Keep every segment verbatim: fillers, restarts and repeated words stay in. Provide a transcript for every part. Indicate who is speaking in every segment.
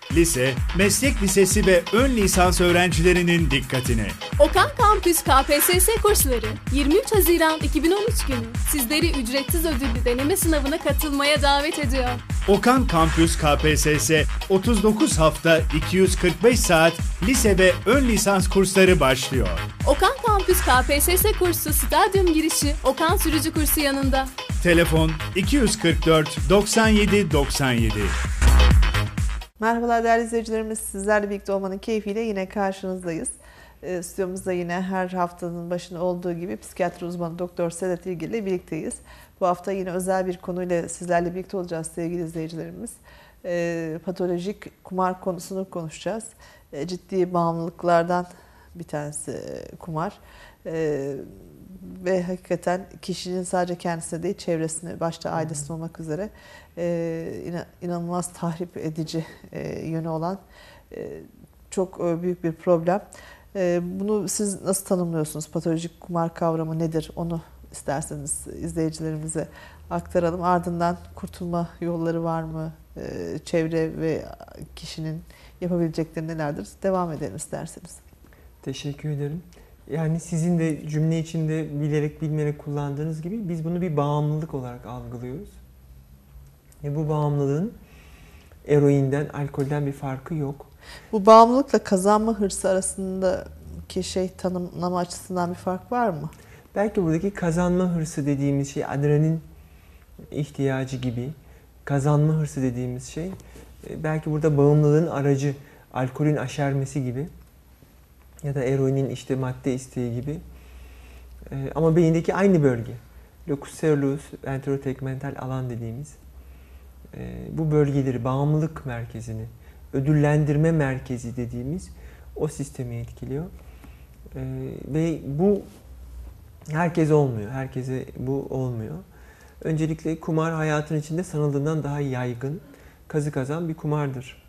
Speaker 1: lise, meslek lisesi ve ön lisans öğrencilerinin dikkatine.
Speaker 2: Okan Kampüs K P S S kursları yirmi üç Haziran iki bin on üç günü sizleri ücretsiz ödüllü deneme sınavına katılmaya davet ediyor.
Speaker 1: Okan Kampüs K P S S otuz dokuz hafta iki yüz kırk beş saat lise ve ön lisans kursları başlıyor.
Speaker 2: Okan Kampüs K P S S kursu stadyum girişi Okan Sürücü kursu yanında.
Speaker 1: Telefon iki yüz kırk dört doksan yedi doksan yedi.
Speaker 3: Merhabalar değerli izleyicilerimiz. Sizlerle birlikte olmanın keyfiyle yine karşınızdayız. E, stüdyomuzda yine her haftanın başında olduğu gibi psikiyatri uzmanı Doktor Sedat İlgili ile birlikteyiz. Bu hafta yine özel bir konuyla sizlerle birlikte olacağız sevgili izleyicilerimiz. E, patolojik kumar konusunu konuşacağız. E, ciddi bağımlılıklardan bir tanesi e, kumar. E, ve hakikaten kişinin sadece kendisine değil çevresine, başta ailesine olmak üzere e, inanılmaz tahrip edici e, yönü olan e, çok e, büyük bir problem. E, bunu siz nasıl tanımlıyorsunuz? Patolojik kumar kavramı nedir? Onu isterseniz izleyicilerimize aktaralım. Ardından kurtulma yolları var mı? E, çevre ve kişinin yapabilecekleri nelerdir? Devam edelim isterseniz.
Speaker 4: Teşekkür ederim. Yani sizin de cümle içinde bilerek bilmeyerek kullandığınız gibi biz bunu bir bağımlılık olarak algılıyoruz. E bu bağımlılığın eroinden, alkolden bir farkı yok.
Speaker 3: Bu bağımlılıkla kazanma hırsı arasındaki şey tanımlama açısından bir fark var mı?
Speaker 4: Belki buradaki kazanma hırsı dediğimiz şey adrenalin ihtiyacı gibi. Kazanma hırsı dediğimiz şey belki burada bağımlılığın aracı, alkolün aşermesi gibi. Ya da eroinin işte madde isteği gibi. Ee, ama beyindeki aynı bölge. Locus coeruleus ventrotegmental alan dediğimiz e, bu bölgeleri, bağımlılık merkezini, ödüllendirme merkezi dediğimiz o sistemi etkiliyor. E, ve bu herkese olmuyor. Herkese bu olmuyor. Öncelikle kumar hayatın içinde sanıldığından daha yaygın, kazı kazan bir kumardır.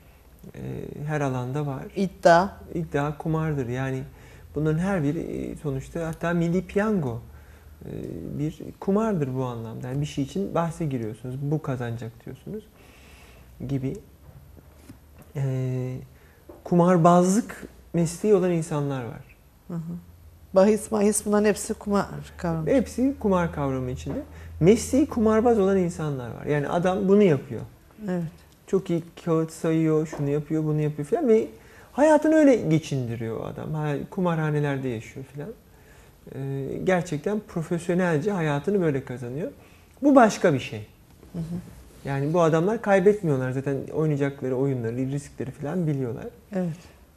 Speaker 4: Her alanda var.
Speaker 3: İddia.
Speaker 4: İddia kumardır. Yani bunların her biri sonuçta hatta milli piyango bir kumardır bu anlamda. Yani bir şey için bahse giriyorsunuz. Bu kazanacak diyorsunuz gibi. Ee, kumarbazlık mesleği olan insanlar var.
Speaker 3: Hı hı. Bahis, mahis bunların hepsi kumar kavramı.
Speaker 4: Hepsi kumar kavramı içinde. Mesleği kumarbaz olan insanlar var. Yani adam bunu yapıyor.
Speaker 3: Evet. Çok
Speaker 4: iyi kağıt sayıyor, şunu yapıyor, bunu yapıyor falan ve hayatını öyle geçindiriyor adam. Kumarhanelerde yaşıyor falan. Ee, gerçekten profesyonelce hayatını böyle kazanıyor. Bu başka bir şey. Hı hı. Yani bu adamlar kaybetmiyorlar zaten oynayacakları oyunları, riskleri falan biliyorlar.
Speaker 3: Evet.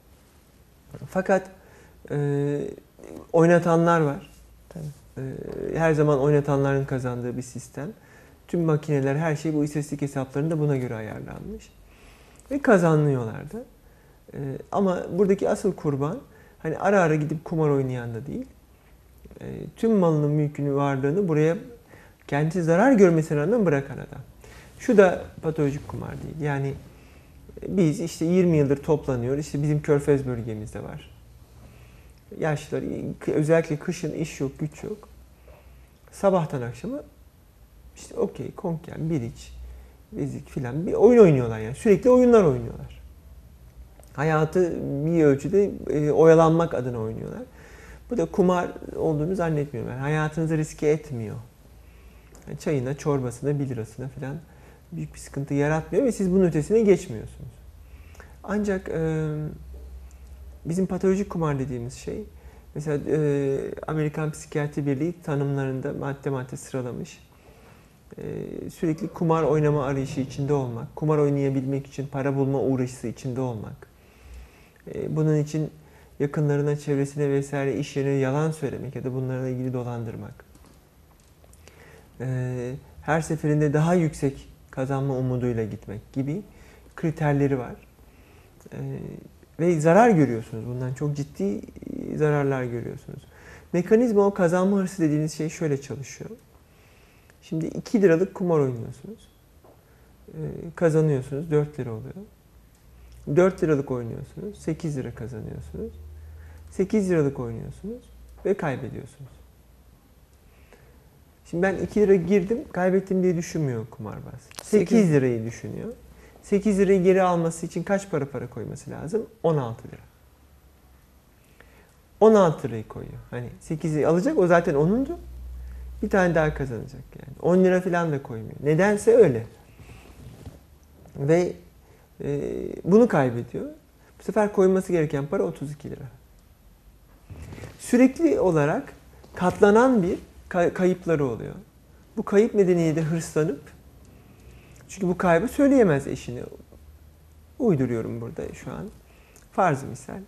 Speaker 4: Fakat e, oynatanlar var.
Speaker 3: Tabii.
Speaker 4: E, her zaman oynatanların kazandığı bir sistem. Tüm makineler, her şey bu istatistik hesaplarında buna göre ayarlanmış. Ve kazanıyorlar da. Ee, ama buradaki asıl kurban, hani ara ara gidip kumar oynayan da değil. Ee, tüm malının, mülkünü, varlığını buraya kendisi zarar görmesine rağmen bırakan adam. Şu da patolojik kumar değil. Yani biz işte yirmi yıldır toplanıyoruz. İşte bizim Körfez bölgemizde var. Yaşlılar, özellikle kışın iş yok, güç yok. Sabahtan akşama İşte okey, konken, biriç, bezik filan bir oyun oynuyorlar yani. Sürekli oyunlar oynuyorlar. Hayatı bir ölçüde e, oyalanmak adına oynuyorlar. Bu da kumar olduğunu zannetmiyorum. Yani hayatınızı riske etmiyor. Yani çayına, çorbasına, bir lirasına filan büyük bir sıkıntı yaratmıyor ve siz bunun ötesine geçmiyorsunuz. Ancak e, bizim patolojik kumar dediğimiz şey, mesela e, Amerikan Psikiyatri Birliği tanımlarında madde madde sıralamış. Sürekli kumar oynama arayışı içinde olmak, kumar oynayabilmek için para bulma uğraşısı içinde olmak, bunun için yakınlarına, çevresine vesaire iş yerine yalan söylemek ya da bunlarla ilgili dolandırmak, her seferinde daha yüksek kazanma umuduyla gitmek gibi kriterleri var. Ve zarar görüyorsunuz. Bundan çok ciddi zararlar görüyorsunuz. Mekanizma, o kazanma hırsı dediğiniz şey şöyle çalışıyor. Şimdi iki liralık kumar oynuyorsunuz. Ee, kazanıyorsunuz. dört lira oluyor. dört liralık oynuyorsunuz. sekiz lira kazanıyorsunuz. sekiz liralık oynuyorsunuz ve kaybediyorsunuz. Şimdi ben iki lira girdim, kaybettim diye düşünmüyor kumarbaz. sekiz lirayı düşünüyor. sekiz lirayı geri alması için kaç para para koyması lazım? on altı lira. on altı lirayı koyuyor. Hani sekizi alacak, o zaten onundu. Bir tane daha kazanacak yani. on lira falan da koymuyor. Nedense öyle. Ve e, bunu kaybediyor. Bu sefer koyması gereken para otuz iki lira. Sürekli olarak katlanan bir kay- kayıpları oluyor. Bu kayıp nedeniyle de hırslanıp, çünkü bu kaybı söyleyemez eşine. Uyduruyorum burada şu an. Farz misal.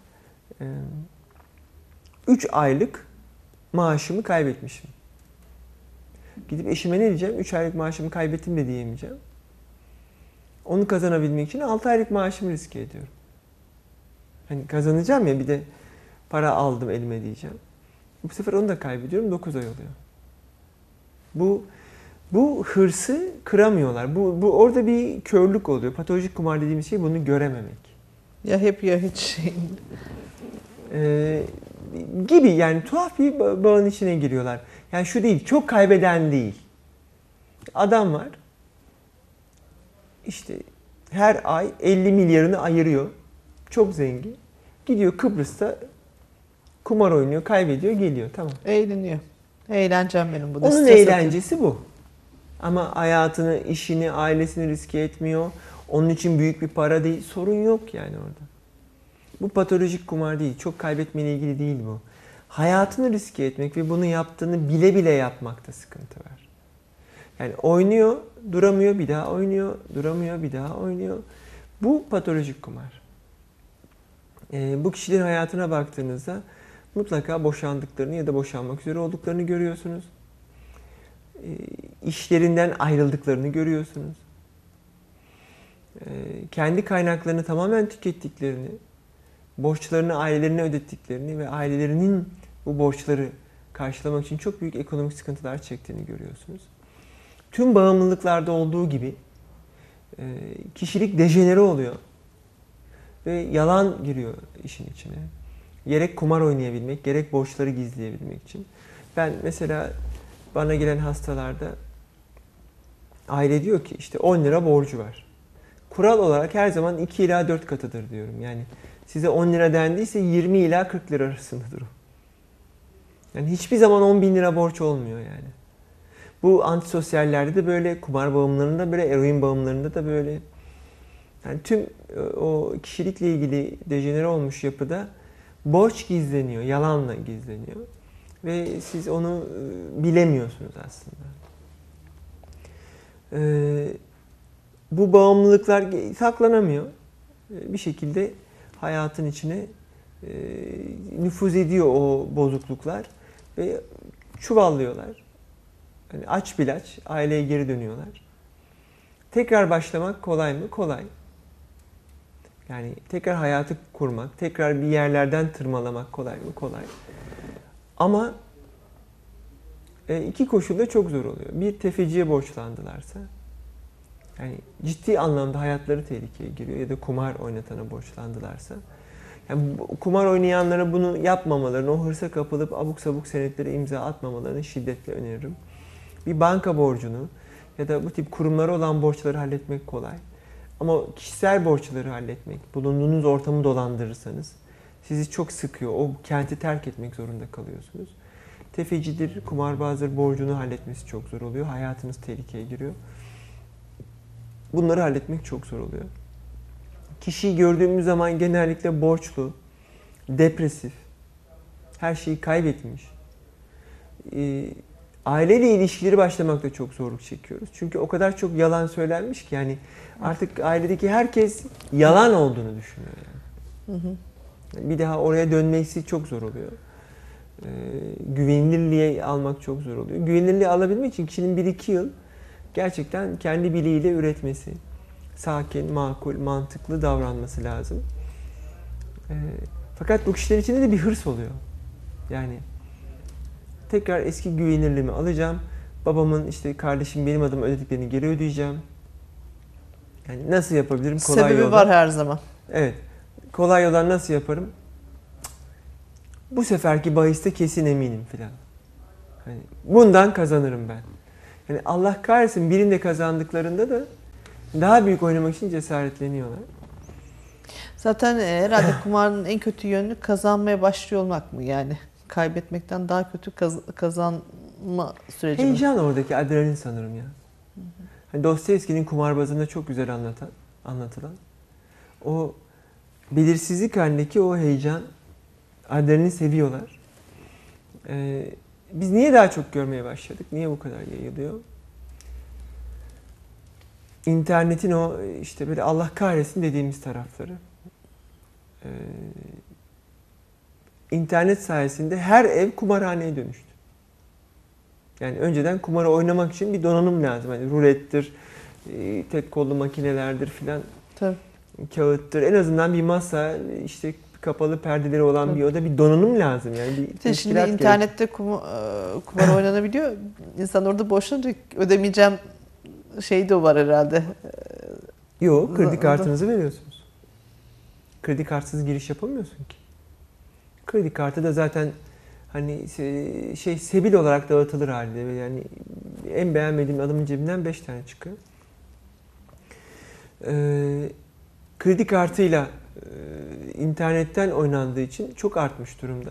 Speaker 4: üç aylık maaşımı kaybetmişim. Gidip eşime ne diyeceğim? üç aylık maaşımı kaybettim de diyemeyeceğim. Onu kazanabilmek için altı aylık maaşımı riske ediyorum. Hani kazanacağım ya, bir de para aldım elime diyeceğim. Bu sefer onu da kaybediyorum. dokuz ay oluyor. Bu bu hırsı kıramıyorlar. Bu, bu orada bir körlük oluyor. Patolojik kumar dediğimiz şey bunu görememek.
Speaker 3: Ya hep ya hiç.
Speaker 4: Ee, gibi yani tuhaf bir bağın içine giriyorlar. Yani şu değil, çok kaybeden değil. Adam var. İşte her ay elli milyarını ayırıyor. Çok zengin. Gidiyor Kıbrıs'ta kumar oynuyor, kaybediyor, geliyor. Tamam.
Speaker 3: Eğleniyor. Eğlencem benim bu.
Speaker 4: Onun eğlencesi bu. Ama hayatını, işini, ailesini riske etmiyor. Onun için büyük bir para değil. Sorun yok yani orada. Bu patolojik kumar değil. Çok kaybetmeyle ilgili değil bu. Hayatını riske etmek ve bunu yaptığını bile bile yapmakta sıkıntı var. Yani oynuyor, duramıyor, bir daha oynuyor, duramıyor, bir daha oynuyor. Bu patolojik kumar. Ee, bu kişilerin hayatına baktığınızda mutlaka boşandıklarını ya da boşanmak üzere olduklarını görüyorsunuz. Ee, işlerinden ayrıldıklarını görüyorsunuz. Ee, kendi kaynaklarını tamamen tükettiklerini, borçlarını ailelerine ödettiklerini ve ailelerinin bu borçları karşılamak için çok büyük ekonomik sıkıntılar çektiğini görüyorsunuz. Tüm bağımlılıklarda olduğu gibi kişilik dejenere oluyor ve yalan giriyor işin içine. Gerek kumar oynayabilmek, gerek borçları gizleyebilmek için. Ben mesela bana gelen hastalarda aile diyor ki işte on lira borcu var. Kural olarak her zaman iki ila dört katıdır diyorum. Yani size on lira dendiyse yirmi ila kırk lira arasındadır o. Yani hiçbir zaman on bin lira borç olmuyor yani. Bu antisosyallerde de böyle, kumar bağımlılarında da böyle, eroin bağımlılarında da böyle. Yani tüm o kişilikle ilgili dejenere olmuş yapıda borç gizleniyor, yalanla gizleniyor. Ve siz onu bilemiyorsunuz aslında. Ee, bu bağımlılıklar saklanamıyor. Bir şekilde hayatın içine e, nüfuz ediyor o bozukluklar ve çuvallıyorlar. Yani aç bir aç, aileye geri dönüyorlar. Tekrar başlamak kolay mı? Kolay. Yani tekrar hayatı kurmak, tekrar bir yerlerden tırmalamak kolay mı? Kolay. Ama iki koşulda çok zor oluyor. Bir, tefeciye borçlandılarsa, yani ciddi anlamda hayatları tehlikeye giriyor ya da kumar oynatana borçlandılarsa, yani kumar oynayanlara bunu yapmamalarını, o hırsa kapılıp abuk sabuk senetlere imza atmamalarını şiddetle öneririm. Bir banka borcunu ya da bu tip kurumlara olan borçları halletmek kolay. Ama kişisel borçları halletmek, bulunduğunuz ortamı dolandırırsanız sizi çok sıkıyor. O kenti terk etmek zorunda kalıyorsunuz. Tefecidir, kumarbazdır, borcunu halletmesi çok zor oluyor. Hayatınız tehlikeye giriyor. Bunları halletmek çok zor oluyor. Kişiyi gördüğümüz zaman genellikle borçlu, depresif, her şeyi kaybetmiş. Ee, aileyle ilişkileri başlamakta çok zorluk çekiyoruz. Çünkü o kadar çok yalan söylenmiş ki yani artık ailedeki herkes yalan olduğunu düşünüyor yani. Hı hı. Bir daha oraya dönmesi çok zor oluyor. Ee, güvenilirliğe almak çok zor oluyor. Güvenilirliği alabilmek için kişinin bir iki yıl gerçekten kendi biliğiyle üretmesi, sakin, makul, mantıklı davranması lazım. Ee, fakat bu kişilerin içinde de bir hırs oluyor. Yani tekrar eski güvenilirliğimi alacağım. Babamın, işte kardeşim benim adıma ödediklerini geri ödeyeceğim. Yani nasıl yapabilirim? Kolay
Speaker 3: Sebebi
Speaker 4: yoldan.
Speaker 3: var her zaman.
Speaker 4: Evet. Kolay yoldan nasıl yaparım? Bu seferki bahiste kesin eminim filan. Hani bundan kazanırım ben. Yani Allah kahretsin, birinde kazandıklarında da Daha büyük oynamak için cesaretleniyorlar.
Speaker 3: Zaten e, herhalde kumarın en kötü yönü kazanmaya başlıyor olmak mı yani? Kaybetmekten daha kötü kaz- kazanma süreci mi?
Speaker 4: Heyecan oradaki adrenalin sanırım ya. Hani Dostoyevski'nin Kumarbazı'nda çok güzel anlatan, anlatılan. O belirsizlik halindeki o heyecan, adrenalini seviyorlar. Ee, biz niye daha çok görmeye başladık? Niye bu kadar yayılıyor? İnternetin o işte böyle Allah kahretsin dediğimiz tarafları. Ee, internet sayesinde her ev kumarhaneye dönüştü. Yani önceden kumarı oynamak için bir donanım lazım. Yani rulettir, tek kollu makinelerdir filan,
Speaker 3: Tabii.
Speaker 4: kağıttır. En azından bir masa, işte kapalı perdeleri olan Tabii. bir oda, bir donanım lazım. Yani bir
Speaker 3: İşte şimdi internette kum, kumar oynanabiliyor. İnsan orada boşuna ödemeyeceğim şey de var herhalde.
Speaker 4: Yok, kredi kartınızı veriyorsunuz. Kredi kartsız giriş yapamıyorsun ki. Kredi kartı da zaten hani şey sebil olarak dağıtılır halde. Yani en beğenmediğim adamın cebinden beş tane çıkıyor. Ee, kredi kartıyla e, internetten oynandığı için çok artmış durumda.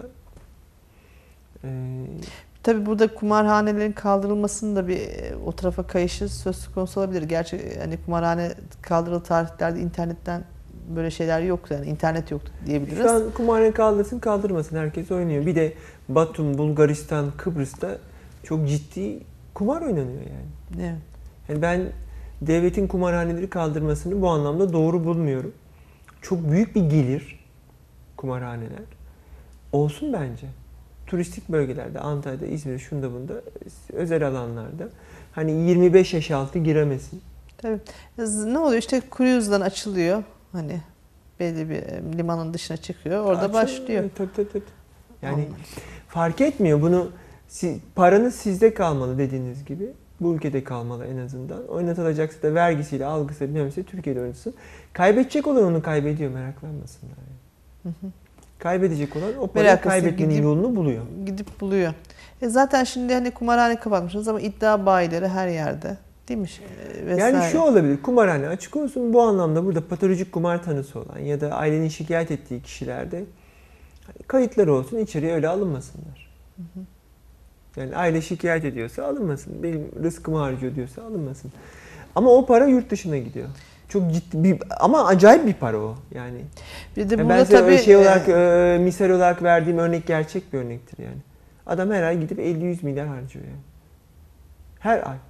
Speaker 4: Ee,
Speaker 3: Tabii burada kumarhanelerin kaldırılmasının da bir o tarafa kayışı söz konusu olabilir. Gerçi hani kumarhane kaldırıldığı tarihlerde internetten böyle şeyler yoktu, yani internet yoktu diyebiliriz.
Speaker 4: Şu an kumarhane kaldırsın kaldırmasın herkes oynuyor. Bir de Batum, Bulgaristan, Kıbrıs'ta çok ciddi kumar oynanıyor yani.
Speaker 3: Evet.
Speaker 4: Yani ben devletin kumarhaneleri kaldırmasını bu anlamda doğru bulmuyorum. Çok büyük bir gelir kumarhaneler. Olsun bence. Turistik bölgelerde, Antalya'da, İzmir'de, şunda bunda, özel alanlarda hani yirmi beş yaş altı giremesin.
Speaker 3: Tabii. Ne oluyor? İşte cruise'dan açılıyor. Hani belli bir limanın dışına çıkıyor. Orada Açın, başlıyor.
Speaker 4: Tabii tabii tabii. Yani Anladım. Fark etmiyor. Bunu paranız sizde kalmalı dediğiniz gibi. Bu ülkede kalmalı en azından. Oynatılacaksa da vergisiyle, algısıyla bilmemse Türkiye'de oynasın. Kaybedecek olan onu kaybediyor. Meraklanmasınlar. Yani. Hı hı. Kaybedecek olan o parayı kaybetmenin gidip, yolunu buluyor.
Speaker 3: Gidip buluyor. E zaten şimdi hani kumarhane kapatmışsınız ama iddia bayileri her yerde. Değil mi? Vesaire.
Speaker 4: Yani şu olabilir. Kumarhane açık olsun. Bu anlamda burada patolojik kumar tanısı olan ya da ailenin şikayet ettiği kişilerde kayıtları olsun. İçeriye öyle alınmasınlar. Hı hı. Yani aile şikayet ediyorsa alınmasın. Benim rızkımı harcıyor diyorsa alınmasın. Ama o para yurt dışına gidiyor. Çok ciddi bir ama acayip bir para o yani. Bir de yani ben size tabii, şey olarak e, misal olarak verdiğim örnek gerçek bir örnektir yani. Adam her ay gidip elli yüz milyar harcıyor yani. Her ay.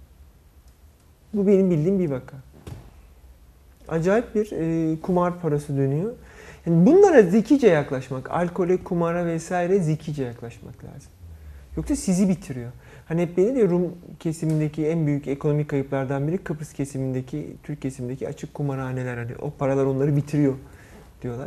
Speaker 4: Bu benim bildiğim bir vaka. Acayip bir e, kumar parası dönüyor. Yani bunlara zekice yaklaşmak, alkole, kumara vesaire zekice yaklaşmak lazım. Yoksa sizi bitiriyor. Hani hep beni de Rum kesimindeki en büyük ekonomik kayıplardan biri Kıbrıs kesimindeki, Türk kesimindeki açık kumarhaneler. Hani o paralar onları bitiriyor diyorlar.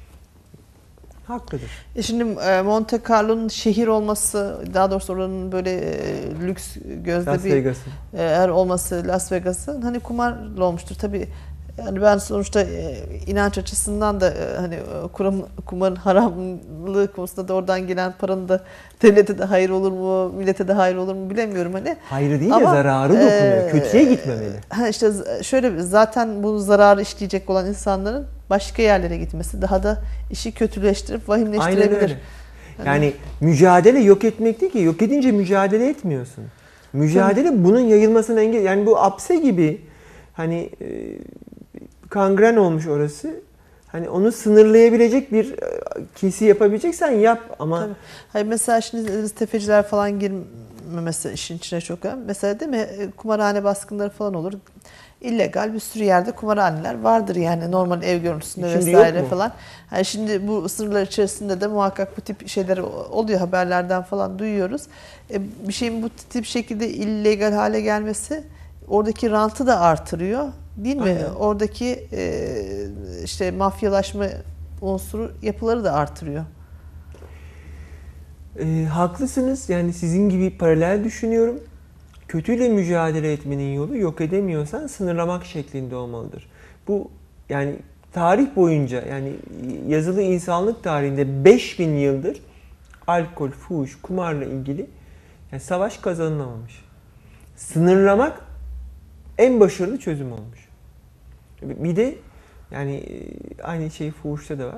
Speaker 4: Haklıdır.
Speaker 3: E şimdi Monte Carlo'nun şehir olması, daha doğrusu oranın böyle lüks gözde
Speaker 4: Las
Speaker 3: bir
Speaker 4: Vegas'ın.
Speaker 3: yer olması, Las Vegas'ın hani kumarlı olmuştur. Tabii yani ben sonuçta inanç açısından da hani kuram, kumarın haramlığı konusunda da oradan gelen paranın da devlete de hayır olur mu, millete de hayır olur mu bilemiyorum hani.
Speaker 4: Hayrı değil de zararı dokunuyor. E, Kötüye gitmemeli.
Speaker 3: Ha işte şöyle zaten bu zararı işleyecek olan insanların başka yerlere gitmesi daha da işi kötüleştirip vahimleştirebilir.
Speaker 4: Aynen öyle. Yani, yani mücadele yok etmek değil ki. Yok edince mücadele etmiyorsun. Mücadele Tabii. bunun yayılmasına engel. Yani bu apse gibi hani e, kangren olmuş orası. Hani onu sınırlayabilecek bir kesi yapabileceksen yap ama
Speaker 3: Tabii. Hayır mesela şimdi tefeciler falan girmemesi işin içine çok önemli. Mesela değil mi kumarhane baskınları falan olur. İllegal bir sürü yerde kumarhaneler vardır yani normal ev görüntüsünde şimdi vesaire falan. Yani şimdi bu sınırlar içerisinde de muhakkak bu tip şeyler oluyor, haberlerden falan duyuyoruz. E, bir şeyin bu tip şekilde illegal hale gelmesi oradaki rantı da artırıyor. Değil mi? Aynen. Oradaki e, işte mafyalaşma unsuru yapıları da artırıyor.
Speaker 4: E, haklısınız. Yani sizin gibi paralel düşünüyorum. Kötüyle mücadele etmenin yolu yok edemiyorsan sınırlamak şeklinde olmalıdır. Bu yani tarih boyunca yani yazılı insanlık tarihinde beş bin yıldır alkol, fuhuş, kumarla ilgili yani savaş kazanılamamış. Sınırlamak en başarılı çözüm olmuş. Bir de yani aynı şey fuhuşta da var.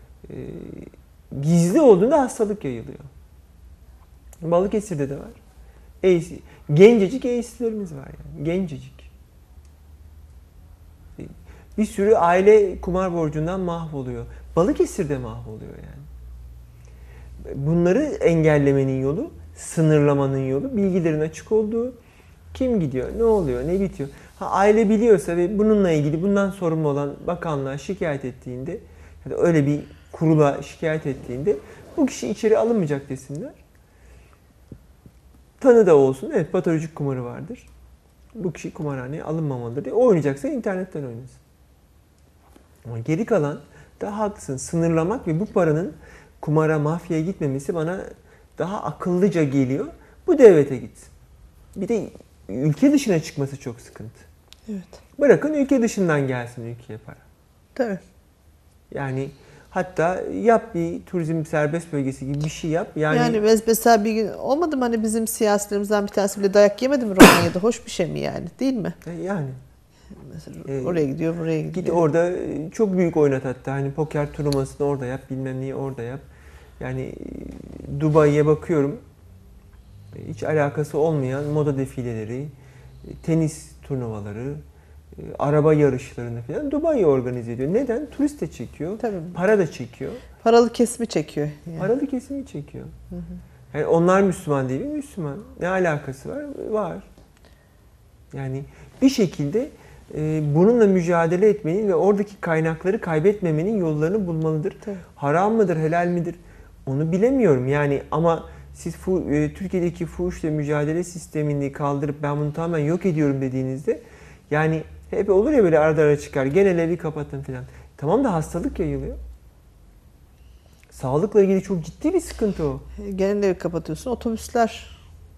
Speaker 4: Gizli olduğunda hastalık yayılıyor. Balıkesir'de de var. AIDS, gencecik AIDS'lerimiz var yani. Gencecik. Bir sürü aile kumar borcundan mahvoluyor. Balıkesir'de mahvoluyor yani. Bunları engellemenin yolu, sınırlamanın yolu, bilgilerin açık olduğu, kim gidiyor, ne oluyor, ne bitiyor. Ha, aile biliyorsa ve bununla ilgili bundan sorumlu olan bakanlığa şikayet ettiğinde ya da öyle bir kurula şikayet ettiğinde bu kişi içeri alınmayacak desinler. Tanı da olsun. Evet, patolojik kumarı vardır. Bu kişi kumarhaneye alınmamalıdır diye. O oynayacaksa internetten oynasın. Ama geri kalan da haklısın. Sınırlamak ve bu paranın kumara, mafyaya gitmemesi bana daha akıllıca geliyor. Bu devlete gitsin. Bir de ülke dışına çıkması çok sıkıntı.
Speaker 3: Evet.
Speaker 4: Bırakın ülke dışından gelsin ülkeye para.
Speaker 3: Tabii.
Speaker 4: Yani hatta yap bir turizm serbest bölgesi gibi bir şey yap. Yani,
Speaker 3: yani mesela bir gün olmadı mı hani bizim siyasilerimizden bir tanesi bile dayak yemedi mi Romanya'da? Hoş bir şey mi yani? Değil mi?
Speaker 4: Yani.
Speaker 3: Mesela ee, oraya gidiyor, buraya gidiyor.
Speaker 4: Git orada çok büyük oynat hatta. Hani poker turnuvasını orada yap, bilmem neyi orada yap. Yani Dubai'ye bakıyorum. Hiç alakası olmayan moda defileleri, tenis turnuvaları, araba yarışlarını falan Dubai organize ediyor. Neden? Turist de çekiyor.
Speaker 3: Tabii.
Speaker 4: Para da çekiyor.
Speaker 3: Paralı kesimi çekiyor. Yani.
Speaker 4: Paralı kesimi çekiyor. Hı hı. Yani onlar Müslüman değil mi? Müslüman. Ne alakası var? Var. Yani bir şekilde e, bununla mücadele etmenin ve oradaki kaynakları kaybetmemenin yollarını bulmalıdır.
Speaker 3: Tabii.
Speaker 4: Haram mıdır, helal midir? Onu bilemiyorum. Yani ama siz fu, e, Türkiye'deki fuhuşla mücadele sistemini kaldırıp ben bunu tamamen yok ediyorum dediğinizde yani hep olur ya böyle arada ara çıkar. Genel evi kapatın falan. Tamam da hastalık yayılıyor. Sağlıkla ilgili çok ciddi bir sıkıntı o.
Speaker 3: Genel evi kapatıyorsun. Otobüsler.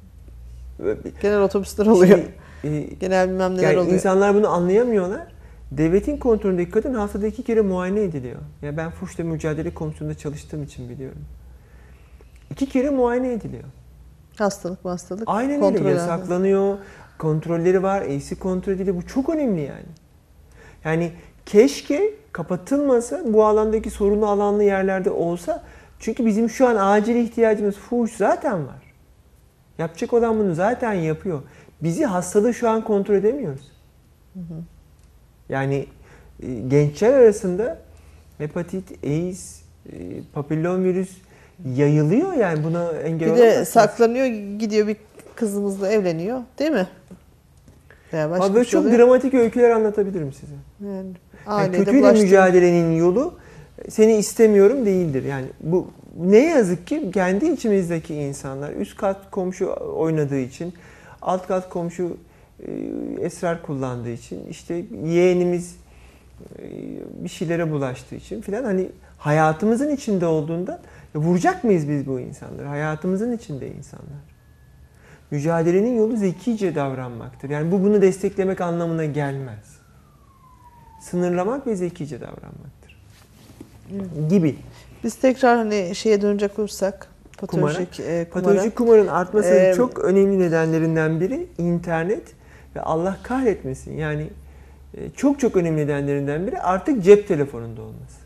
Speaker 3: Genel otobüsler oluyor. Şimdi, e, Genel bilmem neler
Speaker 4: yani
Speaker 3: oluyor.
Speaker 4: İnsanlar bunu anlayamıyorlar. Devletin kontrolündeki kadın haftada iki kere muayene ediliyor. Ya ben fuhuşla mücadele komisyonunda çalıştığım için biliyorum. İki kere muayene ediliyor.
Speaker 3: Hastalık mı hastalık?
Speaker 4: Aynen öyle. Yasaklanıyor. Kontrolleri var. A C kontrol ediliyor. Bu çok önemli yani. Yani keşke kapatılmasa, bu alandaki sorunlu alanlı yerlerde olsa. Çünkü bizim şu an acil ihtiyacımız fuhuş zaten var. Yapacak olan bunu zaten yapıyor. Bizi hastalığı şu an kontrol edemiyoruz. Hı hı. Yani e, gençler arasında hepatit, AIDS, e, papillomvirüs yayılıyor yani buna engel olamazsınız.
Speaker 3: Bir de saklanıyor, gidiyor bir kızımızla evleniyor, değil mi?
Speaker 4: Veya başka Abi böyle çok oluyor. Dramatik öyküler anlatabilirim size.
Speaker 3: Yani,
Speaker 4: yani kötüyle bulaştı. Mücadelenin yolu seni istemiyorum değildir. Yani bu ne yazık ki kendi içimizdeki insanlar üst kat komşu oynadığı için, alt kat komşu e, esrar kullandığı için, işte yeğenimiz e, bir şeylere bulaştığı için filan hani hayatımızın içinde olduğunda vuracak mıyız biz bu insanları? Hayatımızın içinde insanlar. Mücadelenin yolu zekice davranmaktır. Yani bu bunu desteklemek anlamına gelmez. Sınırlamak ve zekice davranmaktır. Evet. Gibi.
Speaker 3: Biz tekrar hani şeye dönecek olursak patolojik
Speaker 4: kumara,
Speaker 3: e, kumara.
Speaker 4: Patolojik kumarın artmasının ee, çok önemli nedenlerinden biri internet ve Allah kahretmesin yani çok çok önemli nedenlerinden biri artık cep telefonunda olması.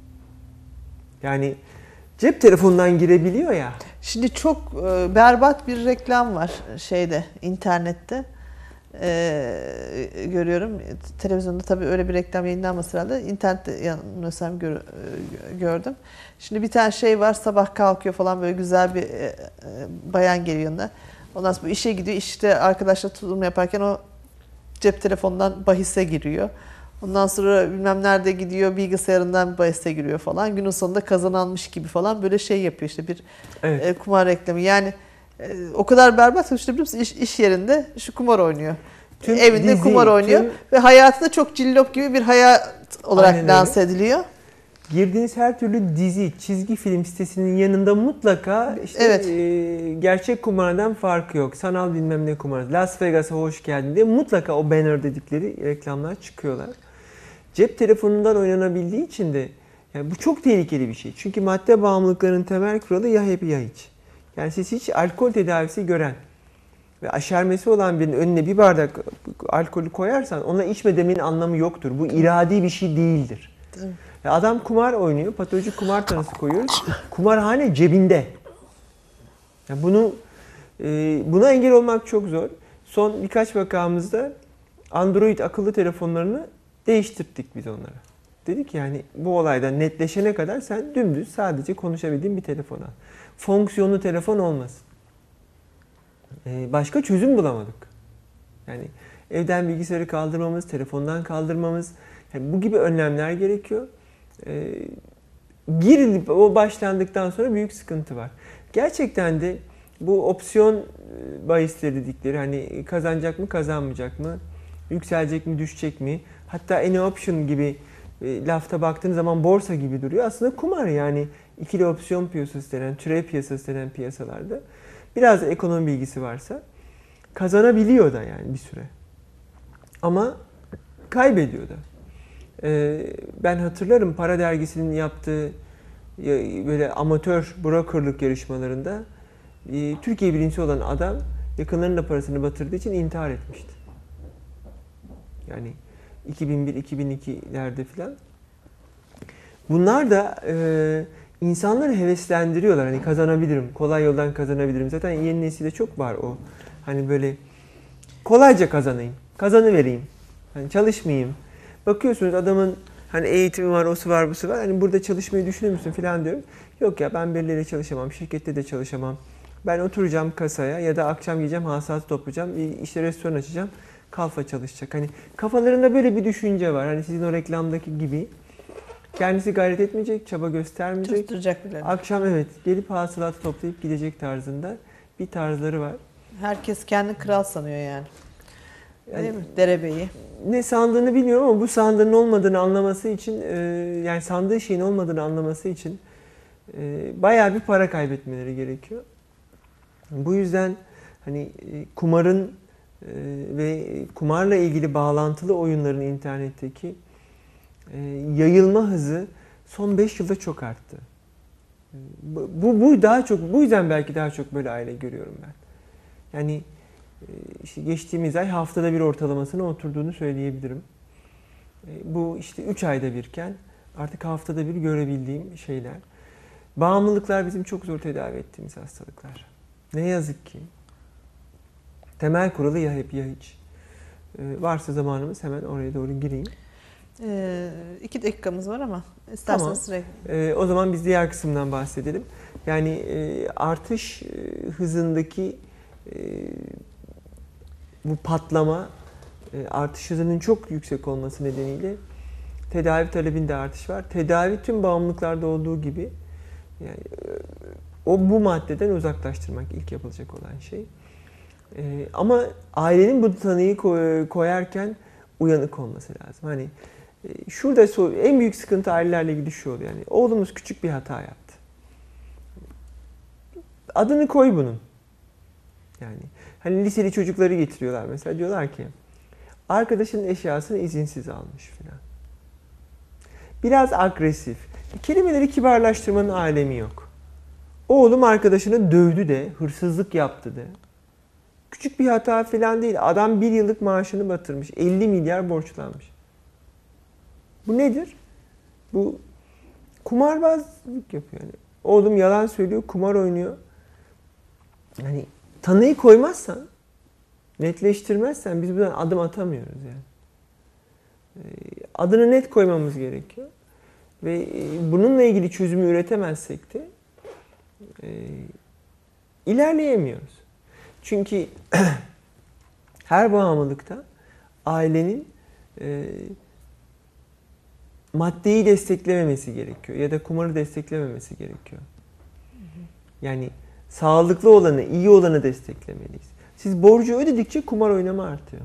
Speaker 4: Yani cep telefonundan girebiliyor ya.
Speaker 3: Şimdi çok e, berbat bir reklam var şeyde, internette. E, görüyorum. Televizyonda tabii öyle bir reklam yayınlanması herhalde. İnternette yanılmıyorsam gör, e, gördüm. Şimdi bir tane şey var, sabah kalkıyor falan böyle güzel bir e, e, bayan geliyor yanına. Ondan sonra işe gidiyor. İşte arkadaşlar sunum yaparken o cep telefonundan bahise giriyor. Ondan sonra bilmem nerede gidiyor, bilgisayarından bahise giriyor falan. Günün sonunda kazananmış gibi falan böyle şey yapıyor işte bir evet. e, kumar reklamı. Yani e, o kadar berbat ki işte biliyor musun iş, iş yerinde şu kumar oynuyor. Tüm evinde dizi, kumar oynuyor tüm... ve hayatında çok cillop gibi bir hayat olarak lanse ediliyor.
Speaker 4: Girdiğiniz her türlü dizi, çizgi film sitesinin yanında mutlaka işte evet. e, gerçek kumardan farkı yok. Sanal bilmem ne kumarı. Las Vegas'a hoş geldin diye mutlaka o banner dedikleri reklamlar çıkıyorlar. Cep telefonundan oynanabildiği için de yani bu çok tehlikeli bir şey. Çünkü madde bağımlılıklarının temel kuralı ya hep ya hiç. Yani siz hiç alkol tedavisi gören ve aşermesi olan birinin önüne bir bardak alkolü koyarsan ona içme demenin anlamı yoktur. Bu iradi bir şey değildir. Ya adam kumar oynuyor, patolojik kumar tanısı koyuyoruz. Kumarhane cebinde. Ya bunu e, buna engel olmak çok zor. Son birkaç vakamızda Android akıllı telefonlarını değiştirdik biz onlara. Dedik yani bu olaydan netleşene kadar sen dümdüz sadece konuşabildiğin bir telefon al. Fonksiyonlu telefon olmasın. Ee, başka çözüm bulamadık. Yani evden bilgisayarı kaldırmamız, telefondan kaldırmamız, yani bu gibi önlemler gerekiyor. Ee, girilip o başlandıktan sonra büyük sıkıntı var. Gerçekten de bu opsiyon bahisleri dedikleri hani kazanacak mı kazanmayacak mı, yükselecek mi düşecek mi, hatta any option gibi e, lafta baktığınız zaman borsa gibi duruyor. Aslında kumar yani ikili opsiyon piyasası denen, türev piyasası denen piyasalarda biraz da ekonomi bilgisi varsa kazanabiliyor da yani bir süre. Ama kaybediyor da. Ee, ben hatırlarım Para Dergisi'nin yaptığı böyle amatör brokerlık yarışmalarında e, Türkiye birincisi olan adam yakınlarının da parasını batırdığı için intihar etmişti. Yani iki bin bir iki bin ikilerde filan. Bunlar da e, insanları heveslendiriyorlar. Hani kazanabilirim, kolay yoldan kazanabilirim. Zaten yeni nesilde çok var o. Hani böyle kolayca kazanayım, kazanıvereyim. Hani çalışmayayım. Bakıyorsunuz adamın hani eğitimi var, osu var, busu var. Hani burada çalışmayı düşünür müsün filan diyorum. Yok ya ben birileriyle çalışamam, şirkette de çalışamam. Ben oturacağım kasaya ya da akşam gideceğim hasılatı toplayacağım, işte restoran açacağım, kalfa çalışacak. Hani kafalarında böyle bir düşünce var. Hani sizin o reklamdaki gibi. Kendisi gayret etmeyecek, çaba göstermeyecek.
Speaker 3: Tutturacak bile.
Speaker 4: Akşam evet gelip hasılatı toplayıp gidecek tarzında bir tarzları var.
Speaker 3: Herkes kendi kral sanıyor yani.
Speaker 4: Yani,
Speaker 3: değil mi? Derebeyi.
Speaker 4: Ne sandığını bilmiyorum ama bu sandığının olmadığını anlaması için, e, yani sandığı şeyin olmadığını anlaması için e, bayağı bir para kaybetmeleri gerekiyor. Bu yüzden hani e, kumarın e, ve kumarla ilgili bağlantılı oyunların internetteki e, yayılma hızı son beş yılda çok arttı. Bu, bu, bu daha çok, bu yüzden belki daha çok böyle aile görüyorum ben. Yani İşte geçtiğimiz ay haftada bir ortalamasına oturduğunu söyleyebilirim. Bu işte üç ayda birken artık haftada bir görebildiğim şeyler. Bağımlılıklar bizim çok zor tedavi ettiğimiz hastalıklar. Ne yazık ki. Temel kuralı ya hep ya hiç. Varsa zamanımız hemen oraya doğru gireyim.
Speaker 3: Ee, iki dakikamız var ama isterseniz
Speaker 4: tamam.
Speaker 3: sürekli.
Speaker 4: Ee, o zaman biz diğer kısımdan bahsedelim. Yani e, artış e, hızındaki e, bu patlama, artış hızının çok yüksek olması nedeniyle tedavi talebinde artış var. Tedavi tüm bağımlılıklarda olduğu gibi yani o bu maddeden uzaklaştırmak ilk yapılacak olan şey. Ama ailenin bu tanıyı koyarken uyanık olması lazım. Hani şurada en büyük sıkıntı ailelerle ilgili şu oluyor. Yani oğlumuz küçük bir hata yaptı. Adını koy bunun. Yani hani liseli çocukları getiriyorlar mesela, diyorlar ki arkadaşının eşyasını izinsiz almış filan. Biraz agresif. Kelimeleri kibarlaştırmanın alemi yok. Oğlum arkadaşını dövdü de, hırsızlık yaptı de. Küçük bir hata filan değil. Adam bir yıllık maaşını batırmış. elli milyar borçlanmış. Bu nedir? Bu kumarbazlık yapıyor. Yani oğlum yalan söylüyor, kumar oynuyor. Yani tanıyı koymazsan, netleştirmezsen biz buradan adım atamıyoruz yani. Adını net koymamız gerekiyor. Ve bununla ilgili çözümü üretemezsek de e, ilerleyemiyoruz. Çünkü her bağımlılıkta ailenin e, maddeyi desteklememesi gerekiyor ya da kumarı desteklememesi gerekiyor. Yani sağlıklı olanı, iyi olanı desteklemeliyiz. Siz borcu ödedikçe kumar oynama artıyor.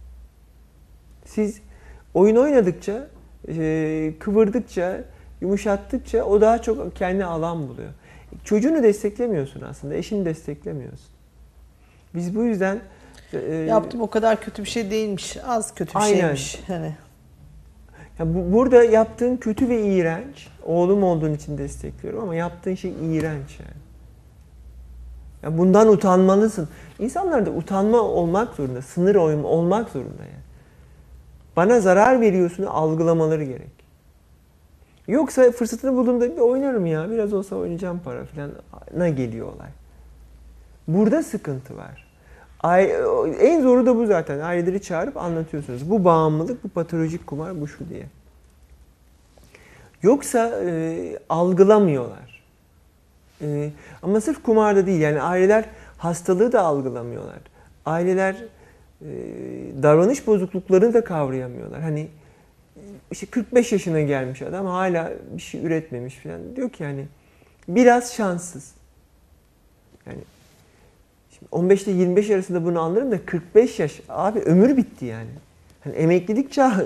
Speaker 4: Siz oyun oynadıkça, kıvırdıkça, yumuşattıkça o daha çok kendine alan buluyor. Çocuğunu desteklemiyorsun aslında, eşini desteklemiyorsun. Biz bu yüzden...
Speaker 3: Yaptım o kadar kötü bir şey değilmiş, az kötü bir
Speaker 4: aynen.
Speaker 3: şeymiş. Hani.
Speaker 4: Ya bu, burada yaptığın kötü ve iğrenç. Oğlum olduğun için destekliyorum ama yaptığın şey iğrenç yani. Ya bundan utanmalısın. İnsanlarda utanma olmak zorunda, sınır oyun olmak zorunda yani. Bana zarar veriyorsun algılamaları gerek. Yoksa fırsatını bulduğumda bir oynarım ya, biraz olsa oynayacağım para falan'a geliyor olay. Burada sıkıntı var. En zoru da bu zaten. Aileleri çağırıp anlatıyorsunuz. Bu bağımlılık, bu patolojik kumar, bu şu diye. Yoksa e, algılamıyorlar. E, ama sırf kumarda değil, yani aileler hastalığı da algılamıyorlar. Aileler e, davranış bozukluklarını da kavrayamıyorlar. Hani işte kırk beş yaşına gelmiş adam hala bir şey üretmemiş falan. Diyor ki yani biraz şanssız. Yani on beş ile yirmi beş arasında bunu anlarım da kırk beş yaş abi ömür bitti yani. Hani emeklilik çağı.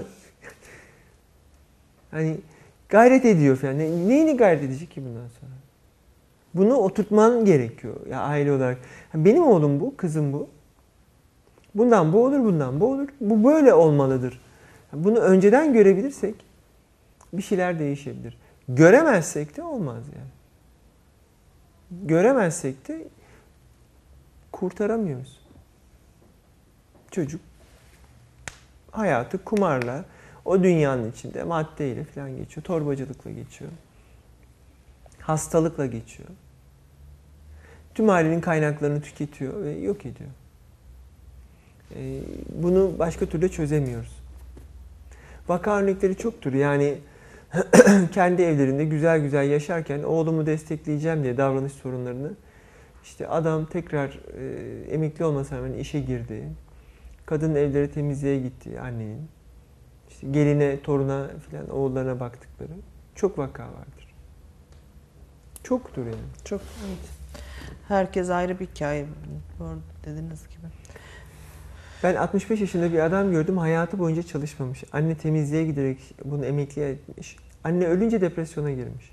Speaker 4: Hani gayret ediyor falan. Ne, neyini gayret edecek ki bundan sonra? Bunu oturtman gerekiyor ya aile olarak. Benim oğlum bu, kızım bu. Bundan bu olur, bundan bu olur. Bu böyle olmalıdır. Bunu önceden görebilirsek bir şeyler değişebilir. Göremezsek de olmaz yani. Göremezsek de kurtaramıyoruz. Çocuk hayatı kumarla, o dünyanın içinde maddeyle falan geçiyor. Torbacılıkla geçiyor. Hastalıkla geçiyor. Tüm ailenin kaynaklarını tüketiyor ve yok ediyor. Ee, bunu başka türlü çözemiyoruz. Vaka örnekleri çoktur. Yani kendi evlerinde güzel güzel yaşarken oğlumu destekleyeceğim diye davranış sorunlarını, işte adam tekrar e, emekli olmasına rağmen işe girdi. Kadın evleri temizliğe gitti annenin. İşte geline, toruna filan oğullarına baktıkları çok vaka vardır. Çoktur yani.
Speaker 3: Çok, evet. Herkes ayrı bir hikaye. Doğru dediğiniz gibi.
Speaker 4: Ben altmış beş yaşında bir adam gördüm, hayatı boyunca çalışmamış. Anne temizliğe giderek bunu emekliye etmiş. Anne ölünce depresyona girmiş.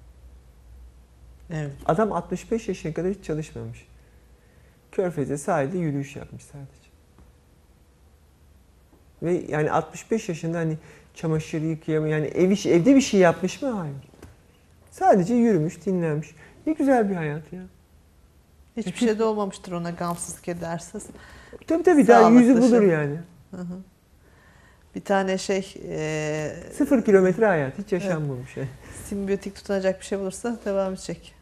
Speaker 3: Evet.
Speaker 4: Adam altmış beş yaşına kadar hiç çalışmamış. Körfez'de sahilde yürüyüş yapmış sadece. Ve yani altmış beş yaşında hani çamaşır yıkayamıyor, yani ev iş, evde bir şey yapmış mı? Hayır. Sadece yürümüş, dinlenmiş. Ne güzel bir hayat ya.
Speaker 3: Hiçbir şey de olmamıştır ona gamsız, kedersiz.
Speaker 4: Tabii tabii daha
Speaker 3: Sağlıklı
Speaker 4: yüzü budur
Speaker 3: şey.
Speaker 4: yani.
Speaker 3: Hı hı. Bir tane şey... E,
Speaker 4: Sıfır kilometre hayat, hiç yaşanmamış. Evet.
Speaker 3: Simbiyotik tutunacak bir şey bulursa devam edecek.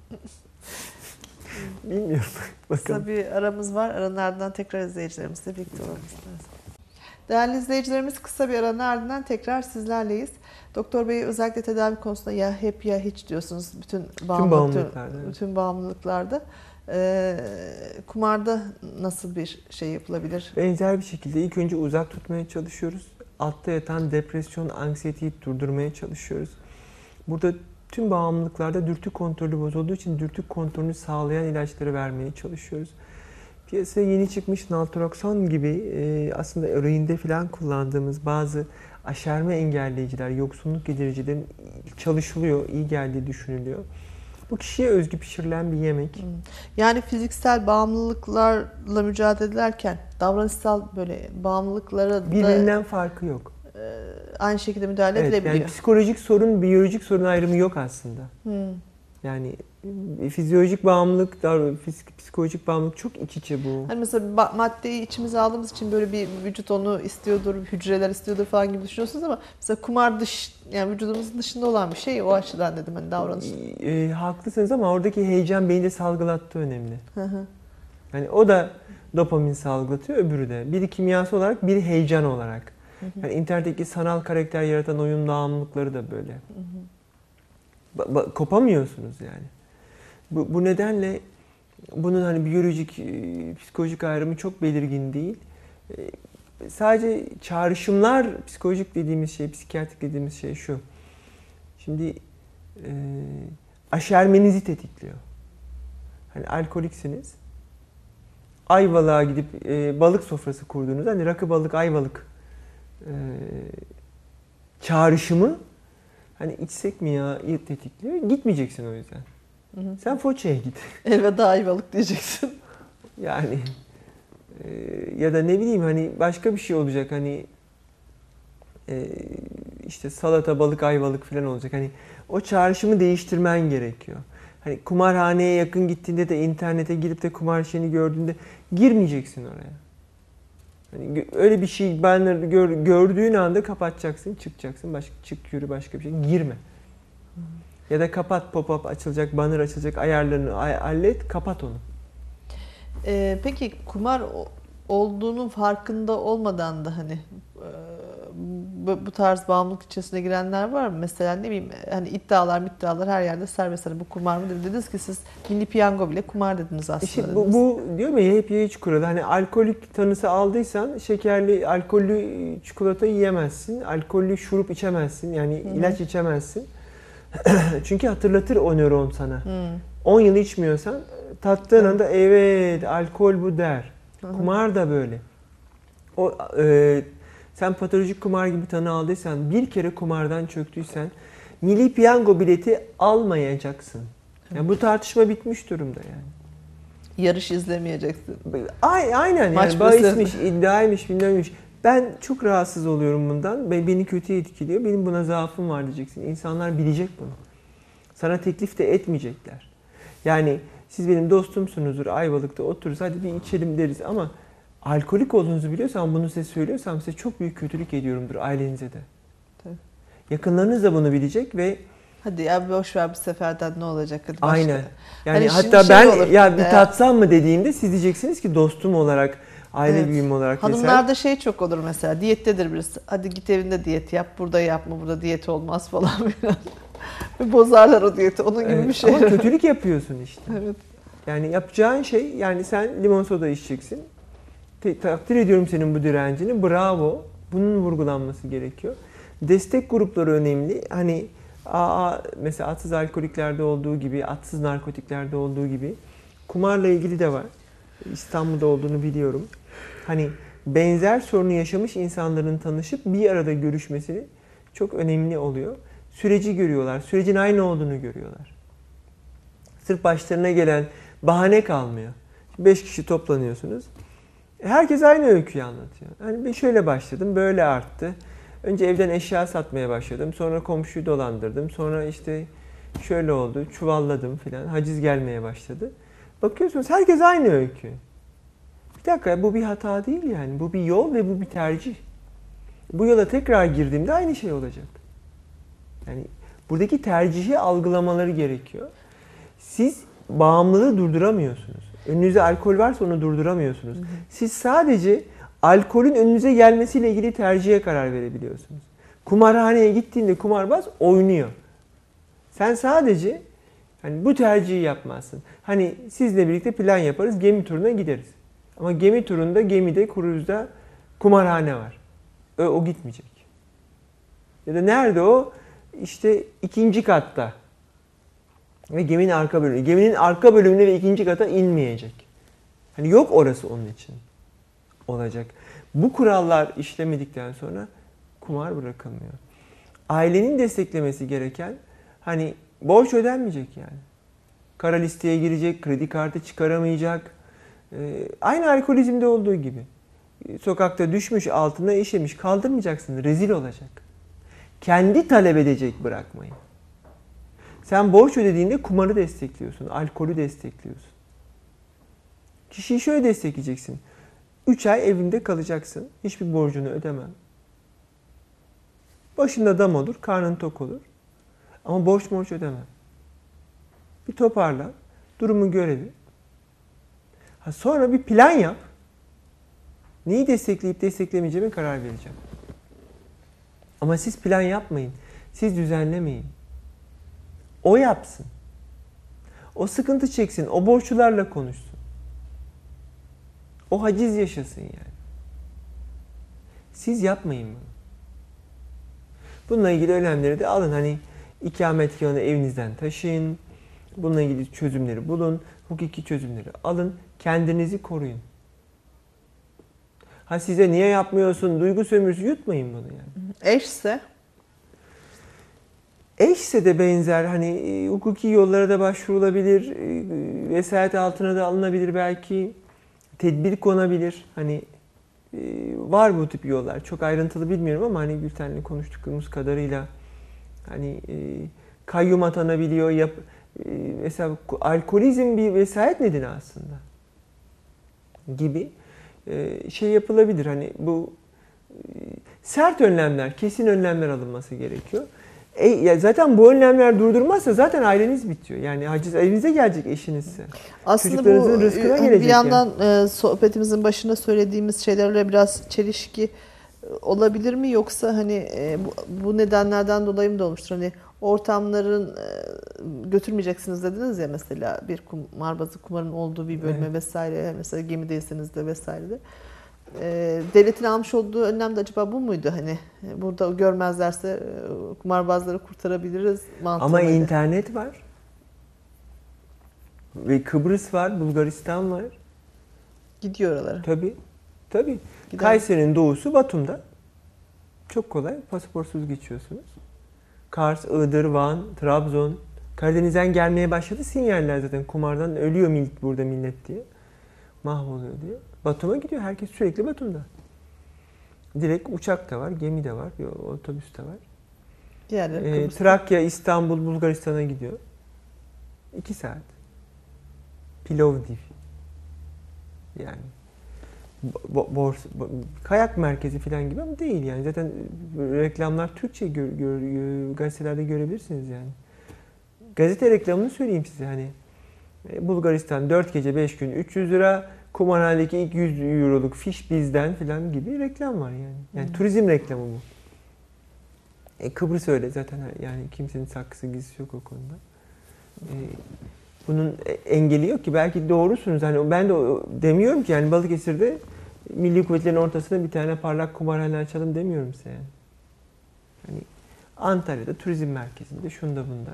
Speaker 4: Bilmiyorum. Bakalım.
Speaker 3: Kısa bir aramız var. Aranın ardından tekrar izleyicilerimizle birlikte olalım isterseniz. Değerli izleyicilerimiz, kısa bir aranın ardından tekrar sizlerleyiz. Doktor Bey, özellikle tedavi konusunda ya hep ya hiç diyorsunuz bütün bağımlılık,
Speaker 4: bağımlılıklarda.
Speaker 3: bütün, bütün bağımlılıklarda. Ee, kumarda nasıl bir şey yapılabilir?
Speaker 4: Benzer bir şekilde ilk önce uzak tutmaya çalışıyoruz. Altta yatan depresyon, anksiyeteyi durdurmaya çalışıyoruz. Burada tüm bağımlılıklarda dürtü kontrolü bozulduğu için dürtü kontrolünü sağlayan ilaçları vermeye çalışıyoruz. Piyasaya yeni çıkmış naltrokson gibi e, aslında eroinde falan kullandığımız bazı aşerme engelleyiciler, yoksunluk gidericilerin çalışılıyor, iyi geldiği düşünülüyor. Bu kişiye özgü pişirilen bir yemek.
Speaker 3: Yani fiziksel bağımlılıklarla mücadele ederken davranışsal böyle bağımlılıklara da
Speaker 4: birbirinden farkı yok.
Speaker 3: E, aynı şekilde müdahale
Speaker 4: Evet,
Speaker 3: edilebiliyor.
Speaker 4: yani psikolojik sorun, biyolojik sorun ayrımı yok aslında.
Speaker 3: Hmm.
Speaker 4: Yani fizyolojik bağımlılık, psikolojik bağımlılık çok iç içe bu.
Speaker 3: Hani mesela maddeyi içimize aldığımız için böyle bir vücut onu istiyordur, hücreler istiyordur falan gibi düşünüyorsunuz ama mesela kumar dış, yani vücudumuzun dışında olan bir şey, o açıdan dedim hani davranış.
Speaker 4: E, e, haklısınız ama oradaki heyecan beyinde salgılattığı önemli.
Speaker 3: Hı hı.
Speaker 4: Yani o da dopamin salgılatıyor, öbürü de. Biri kimyasal olarak, biri heyecan olarak.
Speaker 3: Hı hı.
Speaker 4: Yani internetteki sanal karakter yaratan oyun bağımlılıkları da böyle.
Speaker 3: Hı hı.
Speaker 4: Ba- ba- kopamıyorsunuz yani. Bu, bu nedenle bunun hani biyolojik, e, psikolojik ayrımı çok belirgin değil. E, sadece çağrışımlar, psikolojik dediğimiz şey, psikiyatrik dediğimiz şey şu. Şimdi e, aşermenizi tetikliyor. Hani alkoliksiniz. Ayvalık'a gidip e, balık sofrası kurduğunuz, hani rakı balık, ayvalık e, çağrışımı hani içsek mi ya tetikliyor. Gitmeyeceksin o yüzden. Hı hı. Sen Foça'ya git.
Speaker 3: Elveda ayvalık diyeceksin.
Speaker 4: Yani e, ya da ne bileyim hani başka bir şey olacak, hani e, işte salata, balık, ayvalık falan olacak. Hani o çağrışımı değiştirmen gerekiyor. Hani kumarhaneye yakın gittiğinde de internete girip de kumar şeyini gördüğünde girmeyeceksin oraya. Hani öyle bir şey banner gör, gördüğün anda kapatacaksın, çıkacaksın. Başka çık yürü başka bir şey girme. Hmm. Ya da kapat, pop-up açılacak, banner açılacak, ayarlarını hallet, kapat onu.
Speaker 3: Ee, peki kumar olduğunun farkında olmadan da hani bu, bu tarz bağımlılık içerisine girenler var mı? Mesela ne bileyim hani iddialar, iddialar her yerde serbest. Hani bu kumar mı dediniz ki siz milli piyango bile kumar dediniz aslında.
Speaker 4: İşte bu, bu diyor ya hep ye iç kuralı. Hani alkolik tanısı aldıysan şekerli, alkollü çikolata yiyemezsin. Alkollü şurup içemezsin. Yani Hı-hı. ilaç içemezsin. Çünkü hatırlatır o nöron sana. on yıl içmiyorsan tattığın evet. anda evet alkol bu der. Hı-hı. Kumar da böyle. O e, sen patolojik kumar gibi tanı aldıysan, bir kere kumardan çöktüysen milli piyango bileti almayacaksın. Yani bu tartışma bitmiş durumda yani.
Speaker 3: Yarış izlemeyeceksin.
Speaker 4: Aynen yani bahismiş, iddiaymış, bilmemmiş. Ben çok rahatsız oluyorum bundan. Beni kötü etkiliyor. Benim buna zaafım var diyeceksin. İnsanlar bilecek bunu. Sana teklif de etmeyecekler. Yani siz benim dostumsunuzdur. Ayvalık'ta otururuz. Hadi bir içelim deriz ama alkolik olduğunuzu biliyorsam, bunu size söylüyorsam size çok büyük kötülük ediyorumdur ailenize de. Tabii. Yakınlarınız da bunu bilecek ve
Speaker 3: hadi ya boş ver bir seferden ne olacak hadi başka.
Speaker 4: Aynen. Yani
Speaker 3: hani
Speaker 4: hatta
Speaker 3: şey
Speaker 4: ben
Speaker 3: olur,
Speaker 4: ya bir tatsam mı dediğimde siz diyeceksiniz ki dostum olarak, aile evet. büyüğüm olarak.
Speaker 3: Hanımlarda mesela şey çok olur mesela, diyettedir birisi. Hadi git evinde diyet yap, burada yapma, burada diyet olmaz falan filan. Bozarlar o diyeti, onun gibi
Speaker 4: evet.
Speaker 3: bir şey.
Speaker 4: Ama kötülük yapıyorsun işte.
Speaker 3: Evet.
Speaker 4: Yani yapacağın şey, yani sen limon soda içeceksin. Takdir ediyorum senin bu direncini. Bravo. Bunun vurgulanması gerekiyor. Destek grupları önemli. Hani A A mesela atsız alkoliklerde olduğu gibi, atsız narkotiklerde olduğu gibi kumarla ilgili de var. İstanbul'da olduğunu biliyorum. Hani benzer sorunu yaşamış insanların tanışıp bir arada görüşmesi çok önemli oluyor. Süreci görüyorlar. Sürecin aynı olduğunu görüyorlar. Sırf başlarına gelen bahane kalmıyor. Beş kişi toplanıyorsunuz. Herkes aynı öyküyü anlatıyor. Hani bir şöyle başladım, böyle arttı. Önce evden eşya satmaya başladım. Sonra komşuyu dolandırdım. Sonra işte şöyle oldu, çuvalladım filan. Haciz gelmeye başladı. Bakıyorsunuz herkes aynı öykü. Bir dakika, bu bir hata değil yani. Bu bir yol ve bu bir tercih. Bu yola tekrar girdiğimde aynı şey olacak. Yani buradaki tercihi algılamaları gerekiyor. Siz bağımlılığı durduramıyorsunuz. Önünüzde alkol varsa onu durduramıyorsunuz. Hı hı. Siz sadece alkolün önünüze gelmesiyle ilgili tercihe karar verebiliyorsunuz. Kumarhaneye gittiğinde kumarbaz oynuyor. Sen sadece hani bu tercihi yapmazsın. Hani sizle birlikte plan yaparız, gemi turuna gideriz. Ama gemi turunda, gemide, kruzda kumarhane var. O, o gitmeyecek. Ya da nerede o? İşte ikinci katta. Ve geminin arka bölümü. Geminin arka bölümüne ve ikinci kata inmeyecek. Hani yok orası onun için. Olacak. Bu kurallar işlemedikten sonra kumar bırakılmıyor. Ailenin desteklemesi gereken, hani borç ödenmeyecek yani. Kara listeye girecek, kredi kartı çıkaramayacak. Ee, aynı alkolizmde olduğu gibi. Sokakta düşmüş, altına işemiş, kaldırmayacaksın, rezil olacak. Kendi talep edecek bırakmayı. Sen borç ödediğinde kumarı destekliyorsun, alkolü destekliyorsun. Kişiyi şöyle destekleyeceksin. üç ay evinde kalacaksın, hiçbir borcunu ödemem. Başında dam olur, karnın tok olur. Ama borç borç ödemem. Bir toparla, durumu görelim. Ha sonra bir plan yap. Neyi destekleyip desteklemeyeceğime karar vereceğim. Ama siz plan yapmayın. Siz düzenlemeyin. O yapsın. O sıkıntı çeksin. O borçlularla konuşsun. O haciz yaşasın yani. Siz yapmayın bunu. Bununla ilgili önlemleri de alın. Hani ikametgahını evinizden taşıyın. Bununla ilgili çözümleri bulun. Hukuki çözümleri alın. Kendinizi koruyun. Ha size niye yapmıyorsun, duygu sömürüsü yutmayın bunu yani.
Speaker 3: Eşse?
Speaker 4: Eşse de benzer hani e, hukuki yollara da başvurulabilir, e, vesayet altına da alınabilir belki, tedbir konabilir. Hani e, var bu tip yollar. Çok ayrıntılı bilmiyorum ama hani Gülten'le konuştuğumuz kadarıyla hani e, kayyum atanabiliyor, yap, mesela alkolizm bir vesayet nedeni aslında gibi şey yapılabilir. Hani bu sert önlemler, kesin önlemler alınması gerekiyor. E, ya zaten bu önlemler durdurmazsa zaten aileniz bitiyor. Yani haciz evinize gelecek eşinizse.
Speaker 3: Aslında bu bir yandan yani. Sohbetimizin başında söylediğimiz şeylerle biraz çelişki olabilir mi? Yoksa hani bu, bu nedenlerden dolayı mı da olmuştur? Hani ortamların götürmeyeceksiniz dediniz ya, mesela bir kumarbazı kumarın olduğu bir bölüme evet. vesaire, mesela gemideyseniz de vesaire de. Devletin almış olduğu önlem de acaba bu muydu? Hani burada görmezlerse kumarbazları kurtarabiliriz mantığı.
Speaker 4: Ama
Speaker 3: mıydı?
Speaker 4: internet var. Ve Kıbrıs var, Bulgaristan var.
Speaker 3: Gidiyor oralara.
Speaker 4: Tabii. Tabii. Kayseri'nin doğusu Batum'da. Çok kolay. Pasaportsuz geçiyorsunuz. Kars, Iğdır, Van, Trabzon. Karadeniz'den gelmeye başladı sinyaller zaten. Kumardan ölüyor millet burada millet diye. Mahvoluyor diye. Batum'a gidiyor. Herkes sürekli Batum'da. Direkt uçak da var, gemi de var, otobüs de var. Ee, Trakya, İstanbul, Bulgaristan'a gidiyor. İki saat. Plovdiv. Yani bo borsa, bo kayak merkezi falan gibi ama değil yani. Zaten reklamlar Türkçe gör, gör, gazetelerde görebilirsiniz yani. Gazete reklamını söyleyeyim size hani. Bulgaristan dört gece beş gün üç yüz lira, kumarhanedeki ilk yüz euroluk fiş bizden falan gibi reklam var yani. Yani hmm. turizm reklamı bu. E, Kıbrıs öyle zaten yani kimsenin saklısı gizlisi yok o konuda. E, bunun engeli yok ki, belki doğrusunuz. Hani ben de demiyorum ki yani Balıkesir'de Milli Kuvvetlerin ortasında bir tane parlak kumarhane açalım demiyorum size yani. Hani Antalya'da turizm merkezinde şunda bunda.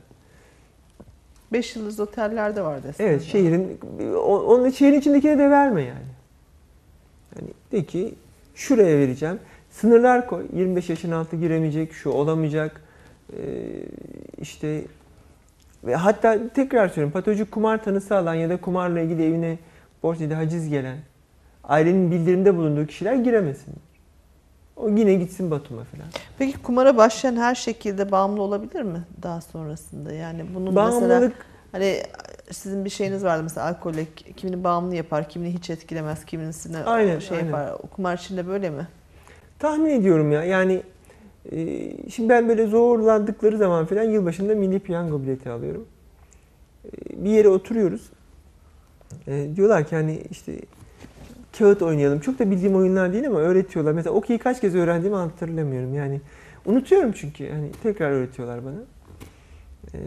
Speaker 3: Beş yıldız otellerde var desene.
Speaker 4: Evet, şehrin onun şehrin içindekine de verme yani. Yani de ki şuraya vereceğim. Sınırlar koy. yirmi beş yaşın altı giremeyecek, şu olamayacak. Ee, işte ve hatta tekrar söylüyorum, patolojik kumar tanısı alan ya da kumarla ilgili evine borç ya da haciz gelen, ailenin bildirimde bulunduğu kişiler giremesin. O yine gitsin Batum'a falan.
Speaker 3: Peki kumara başlayan her şekilde bağımlı olabilir mi daha sonrasında? Yani bunun
Speaker 4: bağımlılık,
Speaker 3: mesela hani sizin bir şeyiniz vardı mesela, alkolle kimini bağımlı yapar, kimini hiç etkilemez, kimisine
Speaker 4: aynen,
Speaker 3: şey
Speaker 4: aynen.
Speaker 3: yapar. Kumar içinde böyle mi?
Speaker 4: Tahmin ediyorum ya. Yani e, şimdi ben böyle zorlandıkları zaman falan yılbaşında milli piyango bileti alıyorum. E, bir yere oturuyoruz. E, diyorlar ki hani işte kağıt oynayalım. Çok da bildiğim oyunlar değil ama öğretiyorlar. Mesela okey'i kaç kez öğrendiğimi hatırlamıyorum. Yani unutuyorum çünkü. Hani tekrar öğretiyorlar bana. Ee,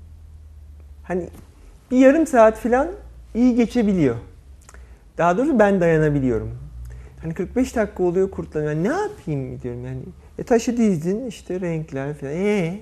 Speaker 4: hani bir yarım saat falan iyi geçebiliyor. Daha doğrusu ben dayanabiliyorum. Hani kırk beş dakika oluyor kurtlanıyor. Yani ne yapayım diyorum yani. E taşı dizdin işte renkler falan. Ee?